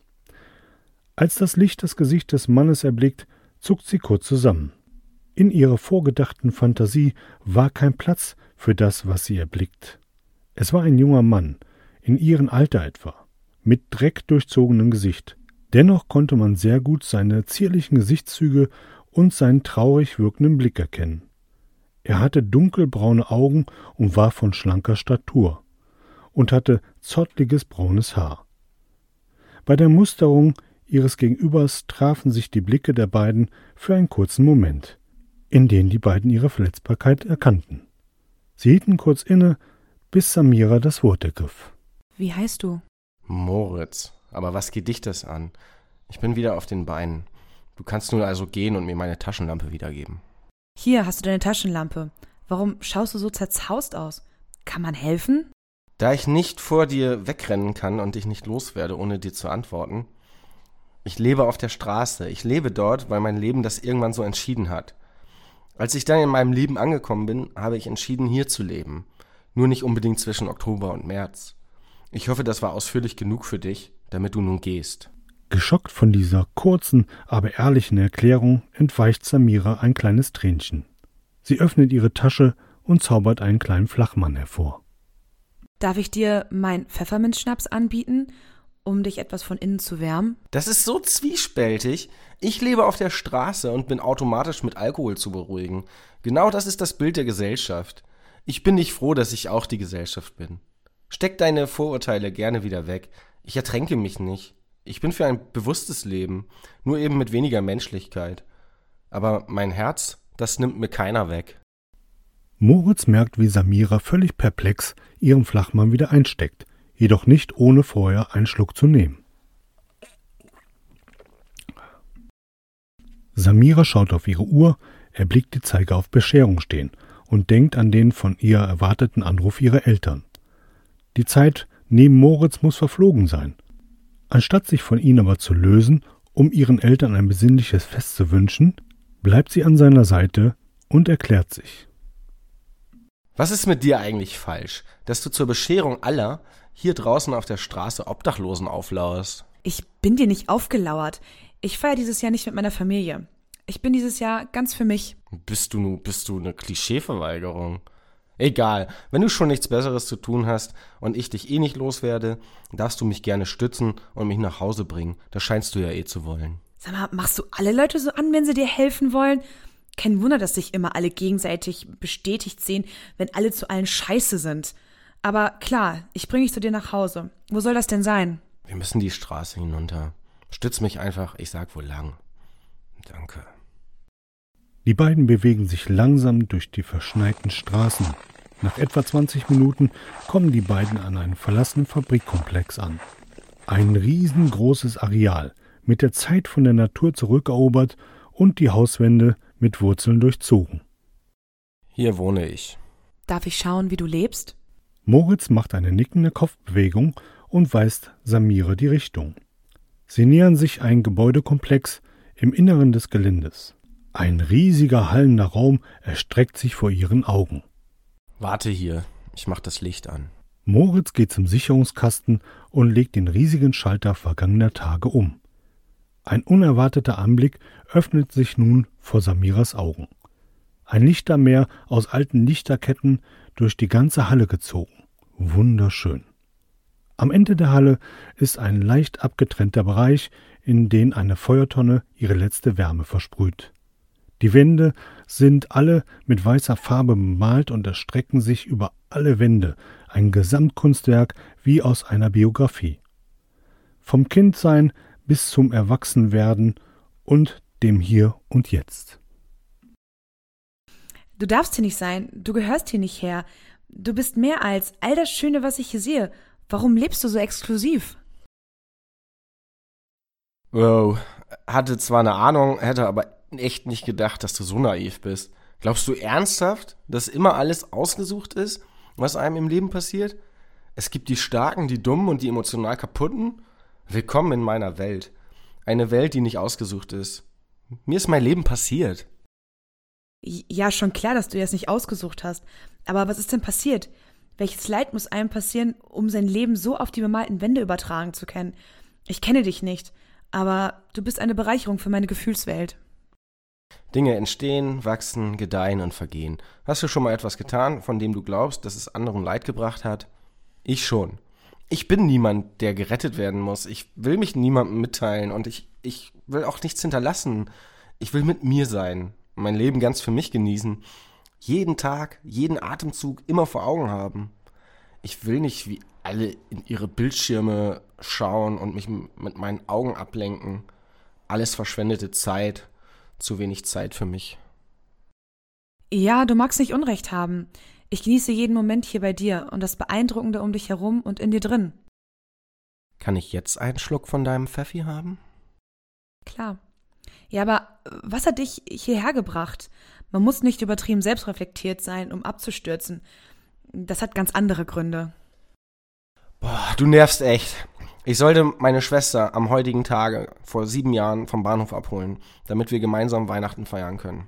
Als das Licht das Gesicht des Mannes erblickt, zuckt sie kurz zusammen. In ihrer vorgedachten Fantasie war kein Platz für das, was sie erblickt. Es war ein junger Mann, in ihrem Alter etwa, mit Dreck durchzogenem Gesicht. Dennoch konnte man sehr gut seine zierlichen Gesichtszüge und seinen traurig wirkenden Blick erkennen. Er hatte dunkelbraune Augen und war von schlanker Statur und hatte zottliges braunes Haar. Bei der Musterung ihres Gegenübers trafen sich die Blicke der beiden für einen kurzen Moment, in dem die beiden ihre Verletzbarkeit erkannten. Sie hielten kurz inne, bis Samira das Wort ergriff. Wie heißt du? Moritz, aber was geht dich das an? Ich bin wieder auf den Beinen. Du kannst nun also gehen und mir meine Taschenlampe wiedergeben. Hier hast du deine Taschenlampe. Warum schaust du so zerzaust aus? Kann man helfen? Da ich nicht vor dir wegrennen kann und dich nicht loswerde, ohne dir zu antworten. Ich lebe auf der Straße. Ich lebe dort, weil mein Leben das irgendwann so entschieden hat. Als ich dann in meinem Leben angekommen bin, habe ich entschieden, hier zu leben. Nur nicht unbedingt zwischen Oktober und März. Ich hoffe, das war ausführlich genug für dich, damit du nun gehst. Geschockt von dieser kurzen, aber ehrlichen Erklärung entweicht Samira ein kleines Tränchen. Sie öffnet ihre Tasche und zaubert einen kleinen Flachmann hervor. Darf ich dir meinen Pfefferminzschnaps anbieten, um dich etwas von innen zu wärmen? Das ist so zwiespältig. Ich lebe auf der Straße und bin automatisch mit Alkohol zu beruhigen. Genau das ist das Bild der Gesellschaft. Ich bin nicht froh, dass ich auch die Gesellschaft bin. Steck deine Vorurteile gerne wieder weg. Ich ertränke mich nicht. Ich bin für ein bewusstes Leben, nur eben mit weniger Menschlichkeit. Aber mein Herz, das nimmt mir keiner weg. Moritz merkt, wie Samira völlig perplex ihren Flachmann wieder einsteckt, jedoch nicht ohne vorher einen Schluck zu nehmen. Samira schaut auf ihre Uhr, erblickt die Zeiger auf Bescherung stehen und denkt an den von ihr erwarteten Anruf ihrer Eltern. Die Zeit neben Moritz muss verflogen sein. Anstatt sich von ihnen aber zu lösen um ihren Eltern ein besinnliches Fest zu wünschen, bleibt sie an seiner Seite und erklärt sich. Was ist mit dir eigentlich falsch, dass du zur Bescherung aller hier draußen auf der Straße Obdachlosen auflauerst? Ich bin dir nicht aufgelauert. Ich feiere dieses Jahr nicht mit meiner Familie. Ich bin dieses Jahr ganz für mich. Bist du eine Klischeeverweigerung? Egal, wenn du schon nichts Besseres zu tun hast und ich dich eh nicht loswerde, darfst du mich gerne stützen und mich nach Hause bringen. Das scheinst du ja eh zu wollen. Sag mal, machst du alle Leute so an, wenn sie dir helfen wollen? Kein Wunder, dass sich immer alle gegenseitig bestätigt sehen, wenn alle zu allen scheiße sind. Aber klar, ich bringe dich zu dir nach Hause. Wo soll das denn sein? Wir müssen die Straße hinunter. Stütz mich einfach, ich sag wo lang. Danke. Die beiden bewegen sich langsam durch die verschneiten Straßen. Nach etwa 20 Minuten kommen die beiden an einem verlassenen Fabrikkomplex an. Ein riesengroßes Areal, mit der Zeit von der Natur zurückerobert und die Hauswände mit Wurzeln durchzogen. Hier wohne ich. Darf ich schauen, wie du lebst? Moritz macht eine nickende Kopfbewegung und weist Samira die Richtung. Sie nähern sich einem Gebäudekomplex im Inneren des Geländes. Ein riesiger hallender Raum erstreckt sich vor ihren Augen. Warte hier, ich mach das Licht an. Moritz geht zum Sicherungskasten und legt den riesigen Schalter vergangener Tage um. Ein unerwarteter Anblick öffnet sich nun vor Samiras Augen. Ein Lichtermeer aus alten Lichterketten durch die ganze Halle gezogen. Wunderschön. Am Ende der Halle ist ein leicht abgetrennter Bereich, in den eine Feuertonne ihre letzte Wärme versprüht. Die Wände sind alle mit weißer Farbe bemalt und erstrecken sich über alle Wände, ein Gesamtkunstwerk wie aus einer Biografie. Vom Kindsein bis zum Erwachsenwerden und dem Hier und Jetzt. Du darfst hier nicht sein, du gehörst hier nicht her. Du bist mehr als all das Schöne, was ich hier sehe. Warum lebst du so exklusiv? Wow, hatte zwar eine Ahnung, hätte aber echt nicht gedacht, dass du so naiv bist. Glaubst du ernsthaft, dass immer alles ausgesucht ist, was einem im Leben passiert? Es gibt die Starken, die Dummen und die emotional Kaputten? Willkommen in meiner Welt. Eine Welt, die nicht ausgesucht ist. Mir ist mein Leben passiert. Ja, schon klar, dass du das nicht ausgesucht hast. Aber was ist denn passiert? Welches Leid muss einem passieren, um sein Leben so auf die bemalten Wände übertragen zu können? Ich kenne dich nicht, aber du bist eine Bereicherung für meine Gefühlswelt. Dinge entstehen, wachsen, gedeihen und vergehen. Hast du schon mal etwas getan, von dem du glaubst, dass es anderen Leid gebracht hat? Ich schon. Ich bin niemand, der gerettet werden muss. Ich will mich niemandem mitteilen und ich will auch nichts hinterlassen. Ich will mit mir sein, mein Leben ganz für mich genießen. Jeden Tag, jeden Atemzug immer vor Augen haben. Ich will nicht wie alle in ihre Bildschirme schauen und mich mit meinen Augen ablenken. Alles verschwendete Zeit, zu wenig Zeit für mich. Ja, du magst nicht Unrecht haben. Ich genieße jeden Moment hier bei dir und das Beeindruckende um dich herum und in dir drin. Kann ich jetzt einen Schluck von deinem Pfeffi haben? Klar. Ja, aber was hat dich hierher gebracht? Man muss nicht übertrieben selbstreflektiert sein, um abzustürzen. Das hat ganz andere Gründe. Boah, du nervst echt. Ich sollte meine Schwester am heutigen Tage vor 7 Jahren vom Bahnhof abholen, damit wir gemeinsam Weihnachten feiern können.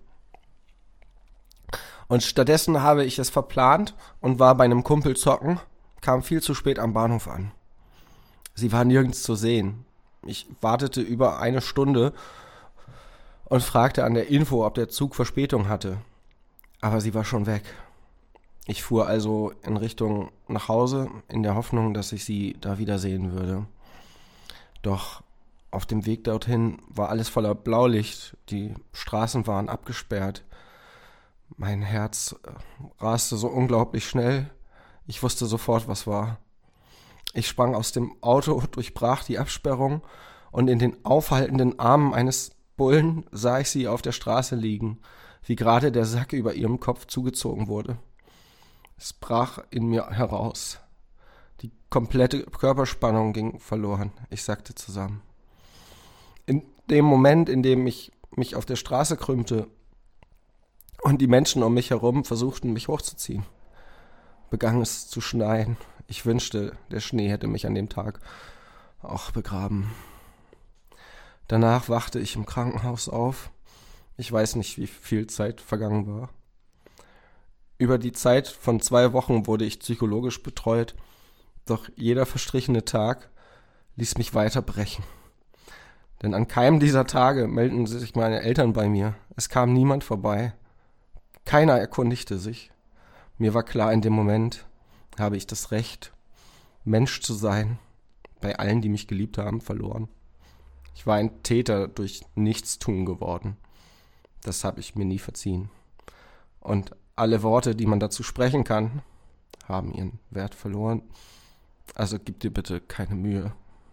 Und stattdessen habe ich es verplant und war bei einem Kumpel zocken, kam viel zu spät am Bahnhof an. Sie war nirgends zu sehen. Ich wartete über 1 Stunde und fragte an der Info, ob der Zug Verspätung hatte. Aber sie war schon weg. Ich fuhr also in Richtung nach Hause, in der Hoffnung, dass ich sie da wiedersehen würde. Doch auf dem Weg dorthin war alles voller Blaulicht, die Straßen waren abgesperrt. Mein Herz raste so unglaublich schnell, ich wusste sofort, was war. Ich sprang aus dem Auto, durchbrach die Absperrung und in den aufhaltenden Armen eines Bullen sah ich sie auf der Straße liegen, wie gerade der Sack über ihrem Kopf zugezogen wurde. Es brach in mir heraus. Die komplette Körperspannung ging verloren. Ich sackte zusammen. In dem Moment, in dem ich mich auf der Straße krümmte und die Menschen um mich herum versuchten, mich hochzuziehen, begann es zu schneien. Ich wünschte, der Schnee hätte mich an dem Tag auch begraben. Danach wachte ich im Krankenhaus auf. Ich weiß nicht, wie viel Zeit vergangen war. Über die Zeit von 2 Wochen wurde ich psychologisch betreut, doch jeder verstrichene Tag ließ mich weiter brechen. Denn an keinem dieser Tage meldeten sich meine Eltern bei mir. Es kam niemand vorbei. Keiner erkundigte sich. Mir war klar, in dem Moment habe ich das Recht, Mensch zu sein, bei allen, die mich geliebt haben, verloren. Ich war ein Täter durch Nichtstun geworden. Das habe ich mir nie verziehen. Und alle Worte, die man dazu sprechen kann, haben ihren Wert verloren. Also gib dir bitte keine Mühe.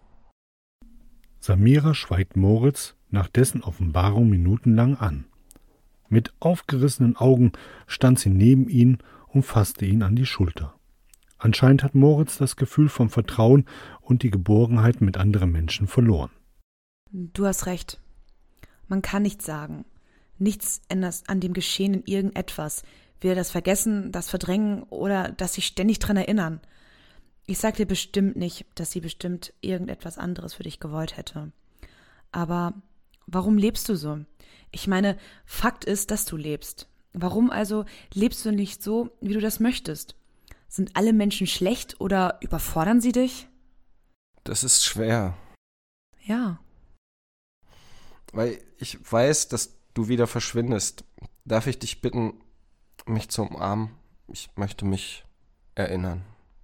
Samira schweigt Moritz nach dessen Offenbarung minutenlang an. Mit aufgerissenen Augen stand sie neben ihn und fasste ihn an die Schulter. Anscheinend hat Moritz das Gefühl vom Vertrauen und die Geborgenheit mit anderen Menschen verloren. Du hast recht. Man kann nichts sagen. Nichts ändert an dem Geschehenen irgendetwas. Weder das Vergessen, das Verdrängen oder das sich ständig dran erinnern. Ich sag dir bestimmt nicht, dass sie bestimmt irgendetwas anderes für dich gewollt hätte. Aber warum lebst du so? Ich meine, Fakt ist, dass du lebst. Warum also lebst du nicht so, wie du das möchtest? Sind alle Menschen schlecht oder überfordern sie dich? Das ist schwer. Ja. Weil ich weiß, dass du wieder verschwindest. Darf ich dich bitten, mich zu umarmen? Ich möchte mich erinnern.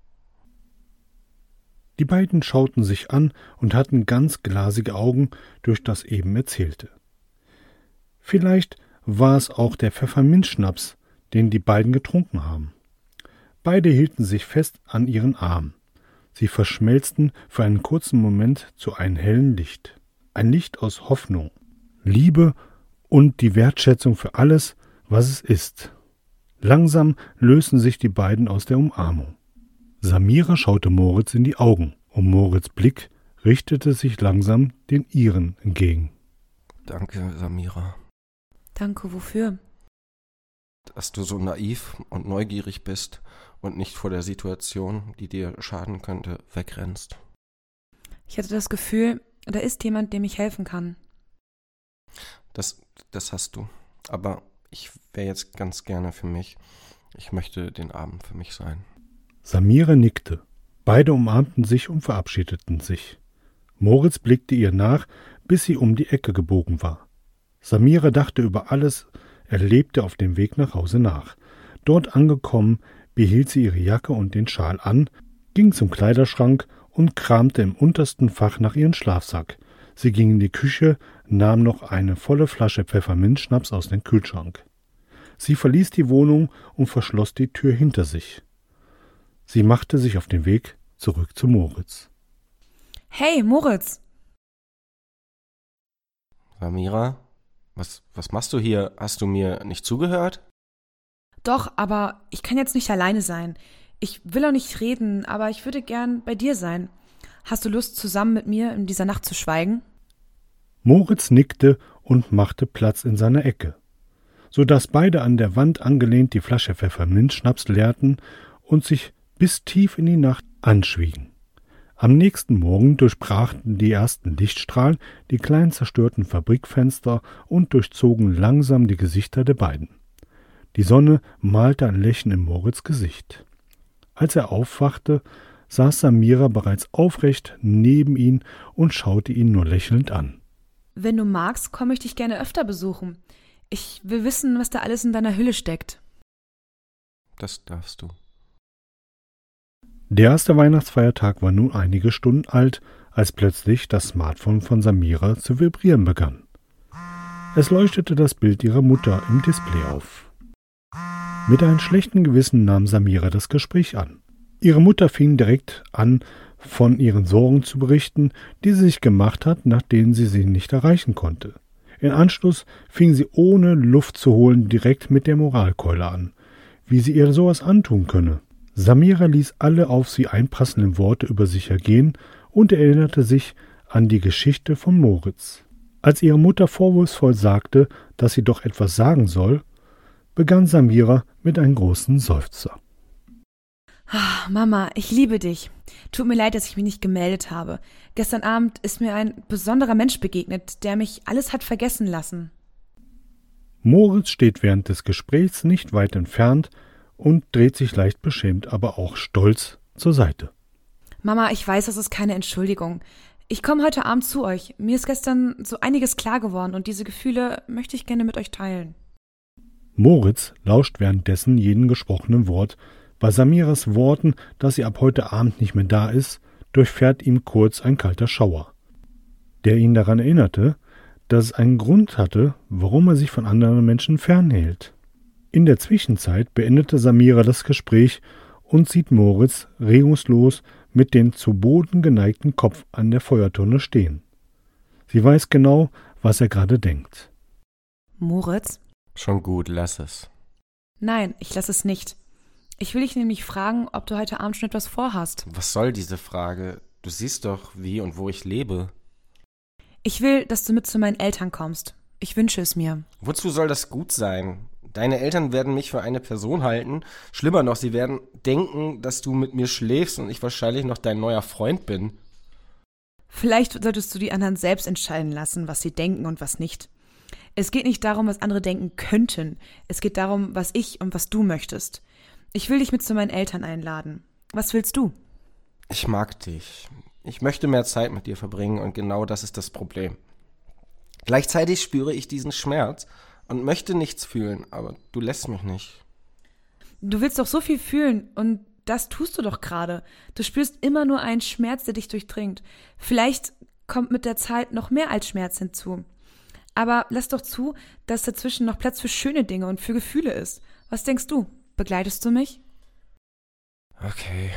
Die beiden schauten sich an und hatten ganz glasige Augen durch das eben Erzählte. Vielleicht war es auch der Pfefferminzschnaps, den die beiden getrunken haben. Beide hielten sich fest an ihren Arm. Sie verschmelzten für einen kurzen Moment zu einem hellen Licht. Ein Licht aus Hoffnung, Liebe und die Wertschätzung für alles, was es ist. Langsam lösten sich die beiden aus der Umarmung. Samira schaute Moritz in die Augen und Moritz' Blick richtete sich langsam den ihren entgegen. Danke, Samira. Danke, wofür? Dass du so naiv und neugierig bist und nicht vor der Situation, die dir schaden könnte, wegrennst. Ich hatte das Gefühl, da ist jemand, dem ich helfen kann. Das hast du. Aber ich wäre jetzt ganz gerne für mich. Ich möchte den Abend für mich sein. Samira nickte. Beide umarmten sich und verabschiedeten sich. Moritz blickte ihr nach, bis sie um die Ecke gebogen war. Samira dachte über alles Erlebte auf dem Weg nach Hause nach. Dort angekommen, behielt sie ihre Jacke und den Schal an, ging zum Kleiderschrank und kramte im untersten Fach nach ihrem Schlafsack. Sie ging in die Küche, nahm noch eine volle Flasche Pfefferminzschnaps aus dem Kühlschrank. Sie verließ die Wohnung und verschloss die Tür hinter sich. Sie machte sich auf den Weg zurück zu Moritz. Hey, Moritz! Samira, was machst du hier? Hast du mir nicht zugehört? Doch, aber ich kann jetzt nicht alleine sein. Ich will auch nicht reden, aber ich würde gern bei dir sein. Hast du Lust, zusammen mit mir in dieser Nacht zu schweigen? Moritz nickte und machte Platz in seiner Ecke, so dass beide an der Wand angelehnt die Flasche Pfefferminzschnaps leerten und sich bis tief in die Nacht anschwiegen. Am nächsten Morgen durchbrachen die ersten Lichtstrahlen die kleinen zerstörten Fabrikfenster und durchzogen langsam die Gesichter der beiden. Die Sonne malte ein Lächeln in Moritz' Gesicht. Als er aufwachte, saß Samira bereits aufrecht neben ihn und schaute ihn nur lächelnd an. Wenn du magst, komme ich dich gerne öfter besuchen. Ich will wissen, was da alles in deiner Hülle steckt. Das darfst du. Der erste Weihnachtsfeiertag war nun einige Stunden alt, als plötzlich das Smartphone von Samira zu vibrieren begann. Es leuchtete das Bild ihrer Mutter im Display auf. Mit einem schlechten Gewissen nahm Samira das Gespräch an. Ihre Mutter fing direkt an, von ihren Sorgen zu berichten, die sie sich gemacht hat, nachdem sie nicht erreichen konnte. Im Anschluss fing sie ohne Luft zu holen direkt mit der Moralkeule an, wie sie ihr sowas antun könne. Samira ließ alle auf sie einprasselnden Worte über sich ergehen und erinnerte sich an die Geschichte von Moritz. Als ihre Mutter vorwurfsvoll sagte, dass sie doch etwas sagen soll, begann Samira mit einem großen Seufzer. Mama, ich liebe dich. Tut mir leid, dass ich mich nicht gemeldet habe. Gestern Abend ist mir ein besonderer Mensch begegnet, der mich alles hat vergessen lassen. Moritz steht während des Gesprächs nicht weit entfernt und dreht sich leicht beschämt, aber auch stolz zur Seite. Mama, ich weiß, das ist keine Entschuldigung. Ich komme heute Abend zu euch. Mir ist gestern so einiges klar geworden und diese Gefühle möchte ich gerne mit euch teilen. Moritz lauscht währenddessen jedem gesprochenen Wort. Bei Samiras Worten, dass sie ab heute Abend nicht mehr da ist, durchfährt ihm kurz ein kalter Schauer, der ihn daran erinnerte, dass es einen Grund hatte, warum er sich von anderen Menschen fernhielt. In der Zwischenzeit beendete Samira das Gespräch und sieht Moritz regungslos mit dem zu Boden geneigten Kopf an der Feuertonne stehen. Sie weiß genau, was er gerade denkt. Moritz? Schon gut, lass es. Nein, ich lasse es nicht. Ich will dich nämlich fragen, ob du heute Abend schon etwas vorhast. Was soll diese Frage? Du siehst doch, wie und wo ich lebe. Ich will, dass du mit zu meinen Eltern kommst. Ich wünsche es mir. Wozu soll das gut sein? Deine Eltern werden mich für eine Person halten. Schlimmer noch, sie werden denken, dass du mit mir schläfst und ich wahrscheinlich noch dein neuer Freund bin. Vielleicht solltest du die anderen selbst entscheiden lassen, was sie denken und was nicht. Es geht nicht darum, was andere denken könnten. Es geht darum, was ich und was du möchtest. Ich will dich mit zu meinen Eltern einladen. Was willst du? Ich mag dich. Ich möchte mehr Zeit mit dir verbringen und genau das ist das Problem. Gleichzeitig spüre ich diesen Schmerz und möchte nichts fühlen, aber du lässt mich nicht. Du willst doch so viel fühlen und das tust du doch gerade. Du spürst immer nur einen Schmerz, der dich durchdringt. Vielleicht kommt mit der Zeit noch mehr als Schmerz hinzu. Aber lass doch zu, dass dazwischen noch Platz für schöne Dinge und für Gefühle ist. Was denkst du? Begleitest du mich? Okay.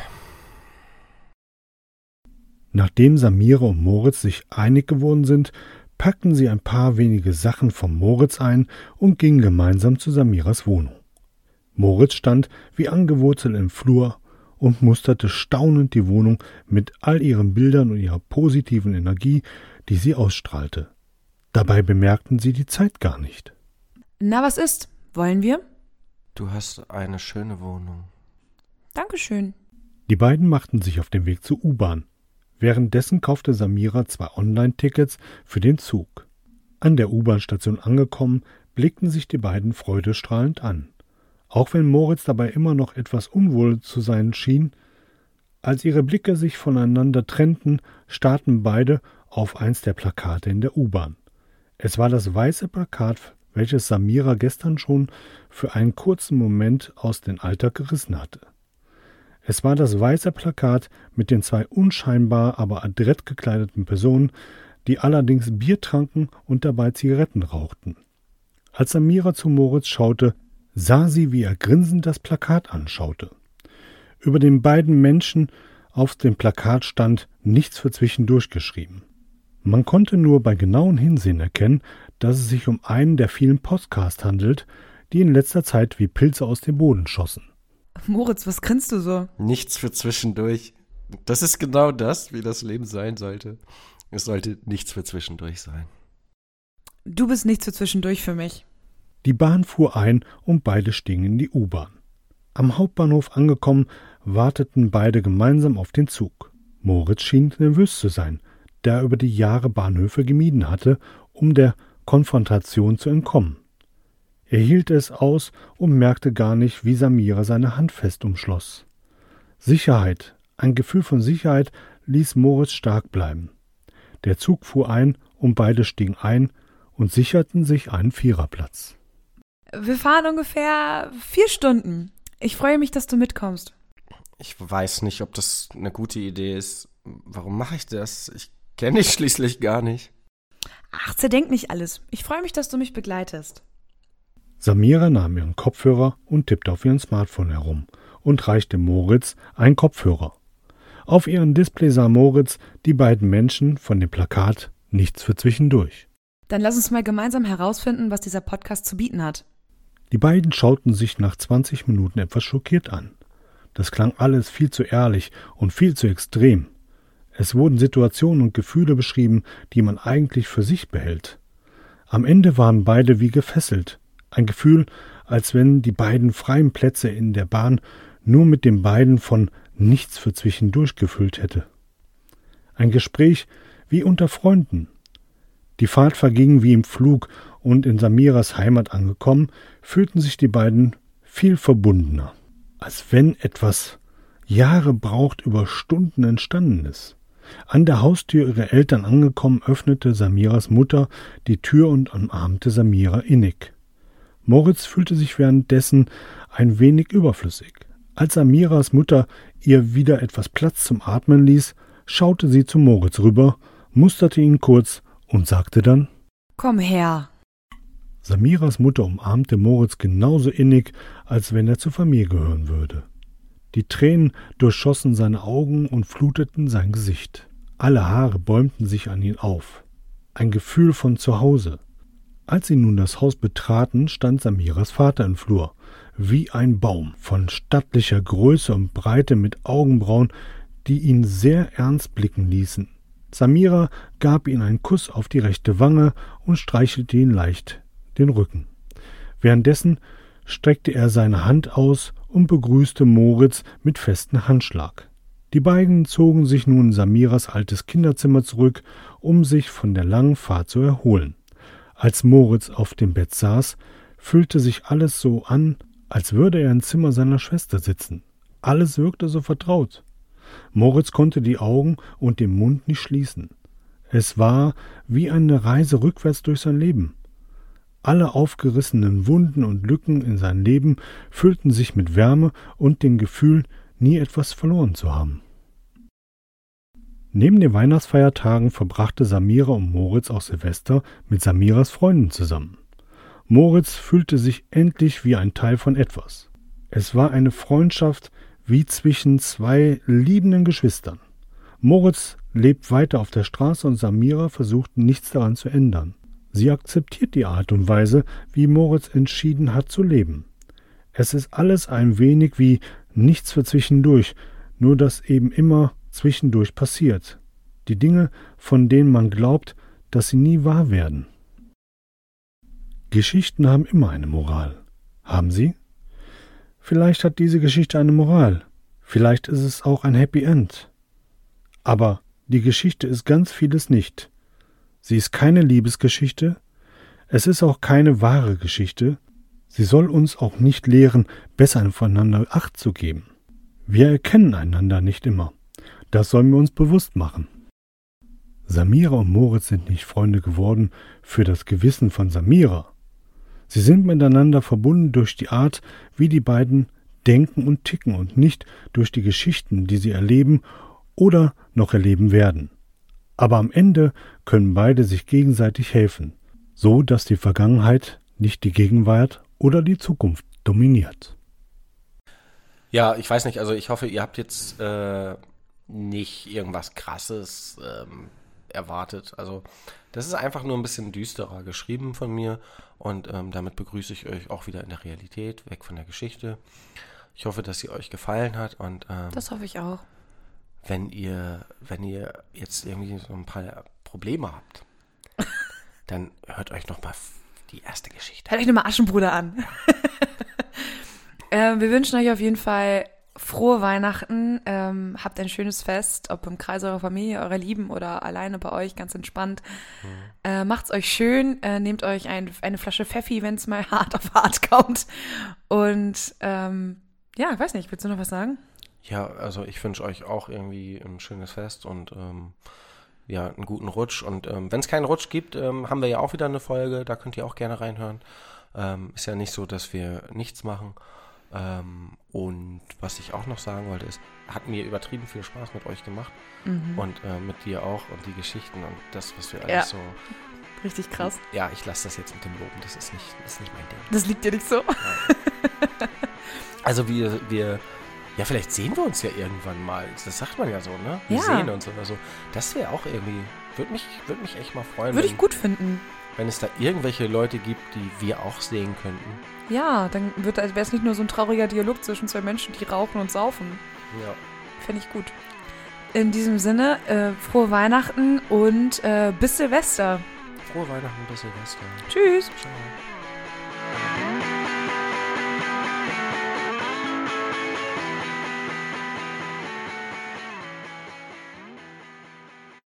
Nachdem Samira und Moritz sich einig geworden sind, packten sie ein paar wenige Sachen von Moritz ein und gingen gemeinsam zu Samiras Wohnung. Moritz stand wie angewurzelt im Flur und musterte staunend die Wohnung mit all ihren Bildern und ihrer positiven Energie, die sie ausstrahlte. Dabei bemerkten sie die Zeit gar nicht. Na, was ist? Wollen wir? Du hast eine schöne Wohnung. Dankeschön. Die beiden machten sich auf den Weg zur U-Bahn. Währenddessen kaufte Samira 2 Online-Tickets für den Zug. An der U-Bahn-Station angekommen, blickten sich die beiden freudestrahlend an. Auch wenn Moritz dabei immer noch etwas unwohl zu sein schien. Als ihre Blicke sich voneinander trennten, starrten beide auf eins der Plakate in der U-Bahn. Es war das weiße Plakat, welches Samira gestern schon für einen kurzen Moment aus dem Alltag gerissen hatte. Es war das weiße Plakat mit den 2 unscheinbar, aber adrett gekleideten Personen, die allerdings Bier tranken und dabei Zigaretten rauchten. Als Samira zu Moritz schaute, sah sie, wie er grinsend das Plakat anschaute. Über den beiden Menschen auf dem Plakat stand nichts für zwischendurch geschrieben. Man konnte nur bei genauem Hinsehen erkennen, dass es sich um einen der vielen Podcasts handelt, die in letzter Zeit wie Pilze aus dem Boden schossen. Moritz, was grinst du so? Nichts für zwischendurch. Das ist genau das, wie das Leben sein sollte. Es sollte nichts für zwischendurch sein. Du bist nichts für zwischendurch für mich. Die Bahn fuhr ein und beide stiegen in die U-Bahn. Am Hauptbahnhof angekommen, warteten beide gemeinsam auf den Zug. Moritz schien nervös zu sein, da er über die Jahre Bahnhöfe gemieden hatte, um der Konfrontation zu entkommen. Er hielt es aus und merkte gar nicht, wie Samira seine Hand fest umschloss. Sicherheit, ein Gefühl von Sicherheit ließ Moritz stark bleiben. Der Zug fuhr ein und beide stiegen ein und sicherten sich einen Viererplatz. Wir fahren ungefähr 4 Stunden. Ich freue mich, dass du mitkommst. Ich weiß nicht, ob das eine gute Idee ist. Warum mache ich das? Ich kenne dich schließlich gar nicht. Ach, zerdenk nicht alles. Ich freue mich, dass du mich begleitest. Samira nahm ihren Kopfhörer und tippte auf ihrem Smartphone herum und reichte Moritz einen Kopfhörer. Auf ihrem Display sah Moritz die beiden Menschen von dem Plakat nichts für zwischendurch. Dann lass uns mal gemeinsam herausfinden, was dieser Podcast zu bieten hat. Die beiden schauten sich nach 20 Minuten etwas schockiert an. Das klang alles viel zu ehrlich und viel zu extrem. Es wurden Situationen und Gefühle beschrieben, die man eigentlich für sich behält. Am Ende waren beide wie gefesselt. Ein Gefühl, als wenn die beiden freien Plätze in der Bahn nur mit den beiden von nichts für zwischendurch gefüllt hätte. Ein Gespräch wie unter Freunden. Die Fahrt verging wie im Flug, und in Samiras Heimat angekommen, fühlten sich die beiden viel verbundener, als wenn etwas Jahre braucht über Stunden entstanden ist. An der Haustür ihrer Eltern angekommen, öffnete Samiras Mutter die Tür und umarmte Samira innig. Moritz fühlte sich währenddessen ein wenig überflüssig. Als Samiras Mutter ihr wieder etwas Platz zum Atmen ließ, schaute sie zu Moritz rüber, musterte ihn kurz und sagte dann: Komm her. Samiras Mutter umarmte Moritz genauso innig, als wenn er zur Familie gehören würde. Die Tränen durchschossen seine Augen und fluteten sein Gesicht. Alle Haare bäumten sich an ihn auf. Ein Gefühl von Zuhause. Als sie nun das Haus betraten, stand Samiras Vater im Flur, wie ein Baum, von stattlicher Größe und Breite mit Augenbrauen, die ihn sehr ernst blicken ließen. Samira gab ihm einen Kuss auf die rechte Wange und streichelte ihn leicht den Rücken. Währenddessen streckte er seine Hand aus und begrüßte Moritz mit festem Handschlag. Die beiden zogen sich nun in Samiras altes Kinderzimmer zurück, um sich von der langen Fahrt zu erholen. Als Moritz auf dem Bett saß, fühlte sich alles so an, als würde er im Zimmer seiner Schwester sitzen. Alles wirkte so vertraut. Moritz konnte die Augen und den Mund nicht schließen. Es war wie eine Reise rückwärts durch sein Leben. Alle aufgerissenen Wunden und Lücken in seinem Leben füllten sich mit Wärme und dem Gefühl, nie etwas verloren zu haben. Neben den Weihnachtsfeiertagen verbrachte Samira und Moritz auch Silvester mit Samiras Freunden zusammen. Moritz fühlte sich endlich wie ein Teil von etwas. Es war eine Freundschaft wie zwischen zwei liebenden Geschwistern. Moritz lebt weiter auf der Straße und Samira versucht nichts daran zu ändern. Sie akzeptiert die Art und Weise, wie Moritz entschieden hat zu leben. Es ist alles ein wenig wie nichts für zwischendurch, nur dass eben immer zwischendurch passiert. Die Dinge, von denen man glaubt, dass sie nie wahr werden. Geschichten haben immer eine Moral. Haben sie? Vielleicht hat diese Geschichte eine Moral. Vielleicht ist es auch ein Happy End. Aber die Geschichte ist ganz vieles nicht. Sie ist keine Liebesgeschichte. Es ist auch keine wahre Geschichte. Sie soll uns auch nicht lehren, besser aufeinander Acht zu geben. Wir erkennen einander nicht immer. Das sollen wir uns bewusst machen. Samira und Moritz sind nicht Freunde geworden für das Gewissen von Samira. Sie sind miteinander verbunden durch die Art, wie die beiden denken und ticken und nicht durch die Geschichten, die sie erleben oder noch erleben werden. Aber am Ende können beide sich gegenseitig helfen, so dass die Vergangenheit nicht die Gegenwart oder die Zukunft dominiert. Ja, ich weiß nicht, also ich hoffe, ihr habt jetzt nicht irgendwas Krasses erwartet. Also das ist einfach nur ein bisschen düsterer geschrieben von mir und damit begrüße ich euch auch wieder in der Realität, weg von der Geschichte. Ich hoffe, dass sie euch gefallen hat und Das hoffe ich auch. wenn ihr jetzt irgendwie so ein paar Probleme habt, dann hört euch noch mal die erste Geschichte. Hört euch nochmal Aschenbruder an. Wir wünschen euch auf jeden Fall frohe Weihnachten. Habt ein schönes Fest, ob im Kreis eurer Familie, eurer Lieben oder alleine bei euch, ganz entspannt. Macht's euch schön. Nehmt euch eine Flasche Pfeffi, wenn es mal hart auf hart kommt. Und ja, ich weiß nicht, willst du noch was sagen? Ja, also ich wünsche euch auch irgendwie ein schönes Fest und ja, einen guten Rutsch. Und wenn es keinen Rutsch gibt, haben wir ja auch wieder eine Folge, da könnt ihr auch gerne reinhören. Ist ja nicht so, dass wir nichts machen. Und was ich auch noch sagen wollte ist, hat mir übertrieben viel Spaß mit euch gemacht und mit dir auch und die Geschichten und das, was wir alles so... Richtig krass. Ja, ich lasse das jetzt mit dem Loben, das ist nicht mein Ding. Das liegt dir nicht so. Ja. Also ja, vielleicht sehen wir uns ja irgendwann mal. Das sagt man ja so, ne? Wir sehen uns oder so. Das wäre auch irgendwie, würde mich echt mal freuen. Würde ich gut finden. Wenn es da irgendwelche Leute gibt, die wir auch sehen könnten. Ja, dann wäre es nicht nur so ein trauriger Dialog zwischen zwei Menschen, die rauchen und saufen. Ja. Fände ich gut. In diesem Sinne, frohe Weihnachten und bis Silvester. Frohe Weihnachten, bis Silvester. Tschüss. Ciao.